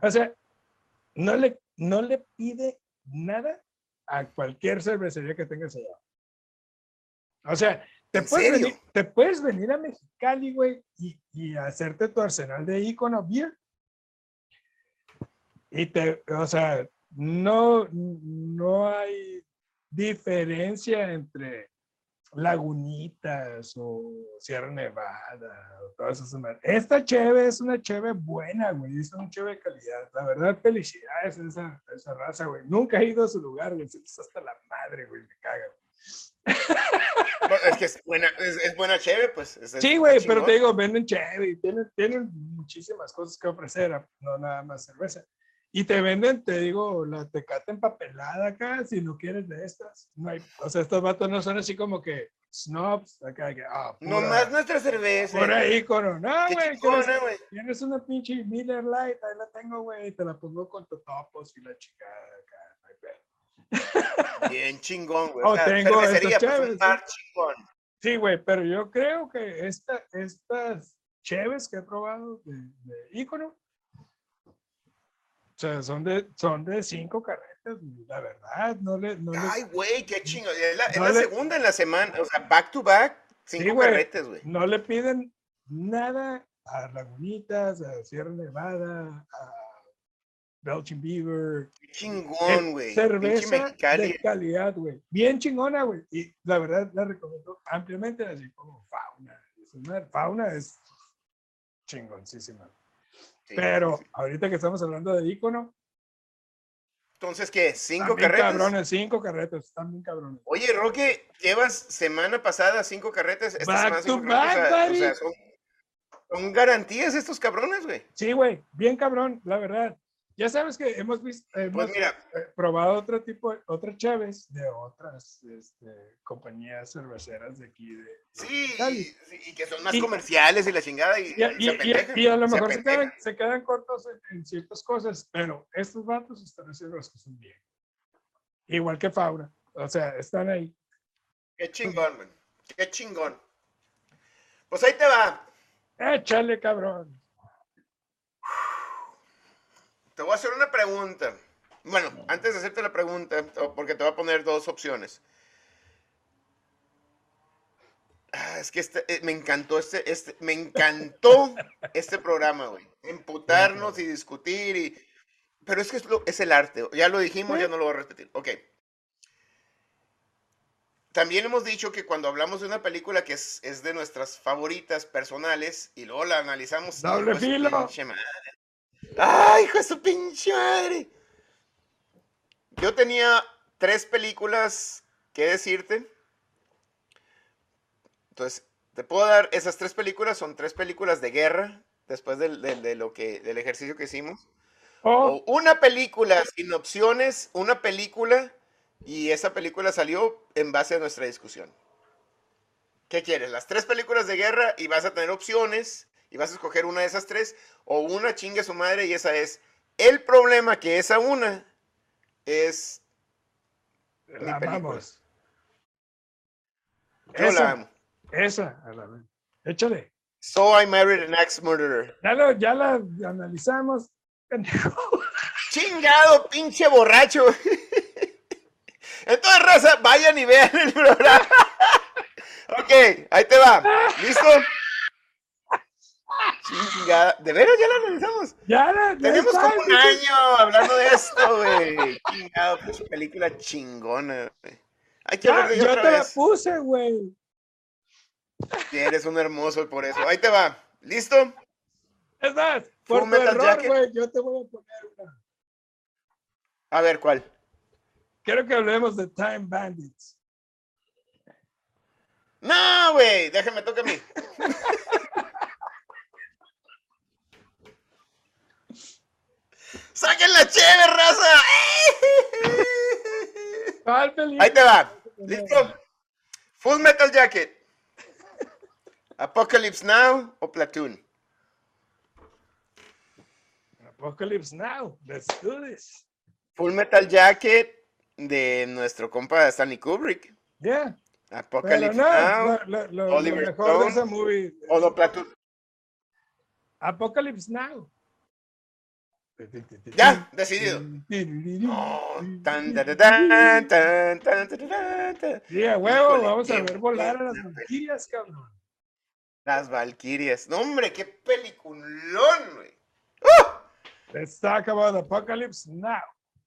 O sea, no le, no le pide nada a cualquier cervecería que tengas allá. O sea, te ¿En puedes, serio? venir, te puedes venir a Mexicali, güey, y, y hacerte tu arsenal de Icono Beer. Y te, o sea, no, no hay diferencia entre Lagunitas o Sierra Nevada o todas esas. Esta cheve es una cheve buena, güey, es una cheve de calidad. La verdad, felicidades a esa, a esa raza, güey. Nunca he ido a su lugar, güey, es hasta la madre, güey, me caga, güey. Bueno, es que es buena, es, es buena cheve, pues. Es, Sí, güey, pero te digo, venden cheve y tienen, tienen muchísimas cosas que ofrecer, no nada más cerveza. Y te venden, te digo, la Tecate empapelada acá, si no quieres de estas. No hay, o sea, estos vatos no son así como que snobs, acá, que, ah, pura, nomás nuestra cerveza. pura ícono. No, Qué güey, chingona, güey. tienes una pinche Miller Lite, ahí la tengo, güey, te la pongo con totopos y la chingada acá, no hay pedo. Bien chingón, güey. Oh, O sea, tengo cervecería, estas pues chaves, un bar ¿sí? chingón. Sí, güey, pero yo creo que esta, estas cheves que he probado de, de ícono, o sea, son de, son de cinco carretas, la verdad, no le... No Ay, güey, qué chingón. Es la, es no la le, segunda en la semana, o sea, back to back, cinco sí, carretas, güey. No le piden nada a Lagunitas, a Sierra Nevada, a Belching Beaver. Qué chingón, güey. Pinche Cerveza Mexicali. de calidad, güey. Bien chingona, güey. Y la verdad la recomiendo ampliamente, así como Fauna. Fauna es chingoncísima. Sí, Pero sí, sí. Ahorita que estamos hablando de ícono. Entonces, ¿qué? ¿Cinco carretas? Cabrones, cinco carretas, están bien cabrones. Oye, Roque, llevas semana pasada cinco carretas. Esta back semana cinco to carretas. Back, o sea, o sea son, son garantías estos cabrones, güey. Sí, güey, bien cabrón, la verdad. Ya sabes que hemos visto, hemos pues mira, eh, probado otro tipo, otras chaves de otras este, compañías cerveceras de aquí. De, de sí, sí, y que son más y, comerciales y la chingada. Y, y, y, se apendejan, y, y a lo mejor se, se, quedan, se quedan cortos en, en ciertas cosas, pero estos vatos están haciendo las cosas bien. Igual que Fauna. O sea, están ahí. Qué chingón, man. Qué chingón. Pues ahí te va. Échale, cabrón. Te voy a hacer una pregunta. Bueno, no. antes de hacerte la pregunta, porque te voy a poner dos opciones. Ah, es que este, me encantó este, este, me encantó este programa, güey. Emputarnos y discutir y... Pero es que es, lo, es el arte. Ya lo dijimos, ¿sí? Ya no lo voy a repetir. Ok. También hemos dicho que cuando hablamos de una película que es, es de nuestras favoritas personales y luego la analizamos... ¡Doble filo! Pinche madre. ¡Ay, hijo de su pinche madre! Yo tenía tres películas que decirte. Entonces, te puedo dar esas tres películas. Son tres películas de guerra. Después del, del, de lo que, del ejercicio que hicimos. Oh. O una película sin opciones. Una película. Y esa película salió en base a nuestra discusión. ¿Qué quieres? Las tres películas de guerra y vas a tener opciones. Y vas a escoger una de esas tres. O una chingue su madre y esa es. El problema que esa una es... La amamos. Yo esa, la amo. Esa, a la vez. Échale. So I Married an Ex-Murderer. Ya, lo, ya la analizamos. Chingado, pinche borracho. Entonces, raza, vayan y vean el programa. Ok, ahí te va. ¿Listo? Chingada. ¿De veras ya la analizamos? Ya la Tenemos ya como un año hablando de esto, güey. Chingado, pues película chingona, güey. Hay que hablar de ella yo otra te vez. la puse, güey. Eres un hermoso por eso. Ahí te va. ¿Listo? Es más, por tu error, güey, yo te voy a poner una. A ver, ¿cuál? Quiero que hablemos de Time Bandits. No, güey, déjame, toca a mí. ¡Saquen la chévere, raza! Ahí te va. ¿Listo? Full Metal Jacket. Apocalypse Now o Platoon. Apocalypse Now. Let's do this. Full Metal Jacket de nuestro compa Stanley Kubrick. Yeah. Apocalypse no, Now. Lo, lo, lo, Oliver lo mejor Stone, de esa movie. O no, Platoon. Apocalypse Now. Ya, decidido. No, tan, tan, tan, tan, tan, tan, tan. Sí, a huevo, Híjole, vamos a qué ver volar a las buena Valquirias, cabrón. Las Valquirias. No, hombre, qué peliculón, güey. Let's talk about Apocalypse Now.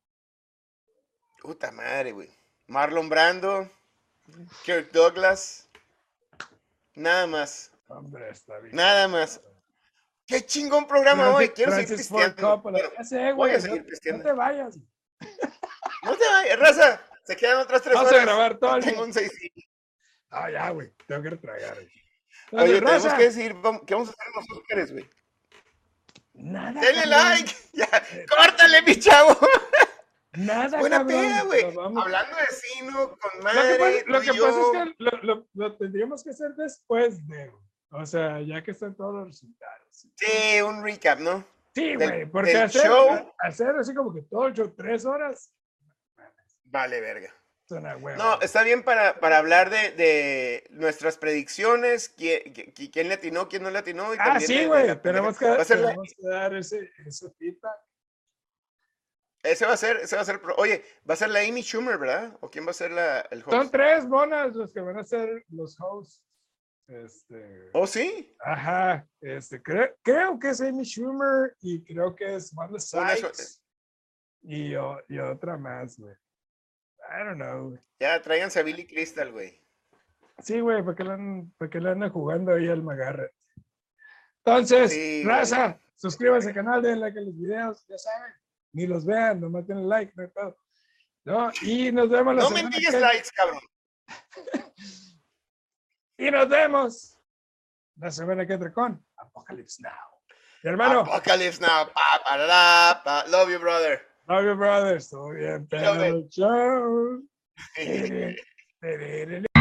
Puta madre, güey. Marlon Brando, Kirk Douglas. Nada más. Hombre, está bien. Nada más. Qué chingón programa Francis, hoy. Quiero seguir Francis Ford pisteando. Coppola. Bueno, Ya sé, voy güey. a seguir No, pisteando. no te vayas. No te vayas, raza. Se quedan otras tres Vamos a horas. grabar todo el Tengo día. un seis. Ah, ya, güey. Tengo que retragar, güey. Oye, Entonces, tenemos raza, que decir vamos- qué vamos a hacer en los Óscares, güey. Nada, Denle cabrón. like. Ya, córtale, mi chavo. Nada, Buena cabrón. peda, güey. Nos vamos- Hablando de Sino, con Lo que madre, pasa, lo tú y que pasa es yo. que lo, lo- lo tendríamos que hacer después de, güey. O sea, ya que están todos los resultados. Sí, un recap, ¿no? Sí, Del- güey, porque del hacer, show. hacer así como que todo el show, tres horas, Vale, verga. suena huevo. No, está bien para, para hablar de, de nuestras predicciones, quién, qui- quién le atinó, quién no le atinó. Y Ah, también sí, de- de güey, la tenemos, que, pendeja. Va a ser la- tenemos que dar ese, ese feedback. ese va a ser, ese va a ser, pro- oye, va a ser la Amy Schumer, ¿verdad? ¿O quién va a ser la, el host? Son tres bonas los que van a ser los hosts. Este, ¿Oh, sí? ajá, este, creo, creo que es Amy Schumer y creo que es Wanda Una so- Sykes y, o- y otra más, güey. I don't know, güey. Ya, tráiganse a Billy Crystal, güey. Sí, güey, ¿para qué le andan, para qué le andan jugando ahí al Magarret? Entonces, Sí, raza, güey. suscríbanse al canal, denle like a los videos, ya saben, ni los vean, nomás denle like, no hay pedo. ¿No? Y nos vemos la No semana mendigues que- likes, cabrón. Y nos vemos la semana que entra con Apocalypse Now. Mi hermano, Apocalypse now. Pa, pa, da, da, pa. Love you, brother. love you brothers, todo bien, Love pero chao.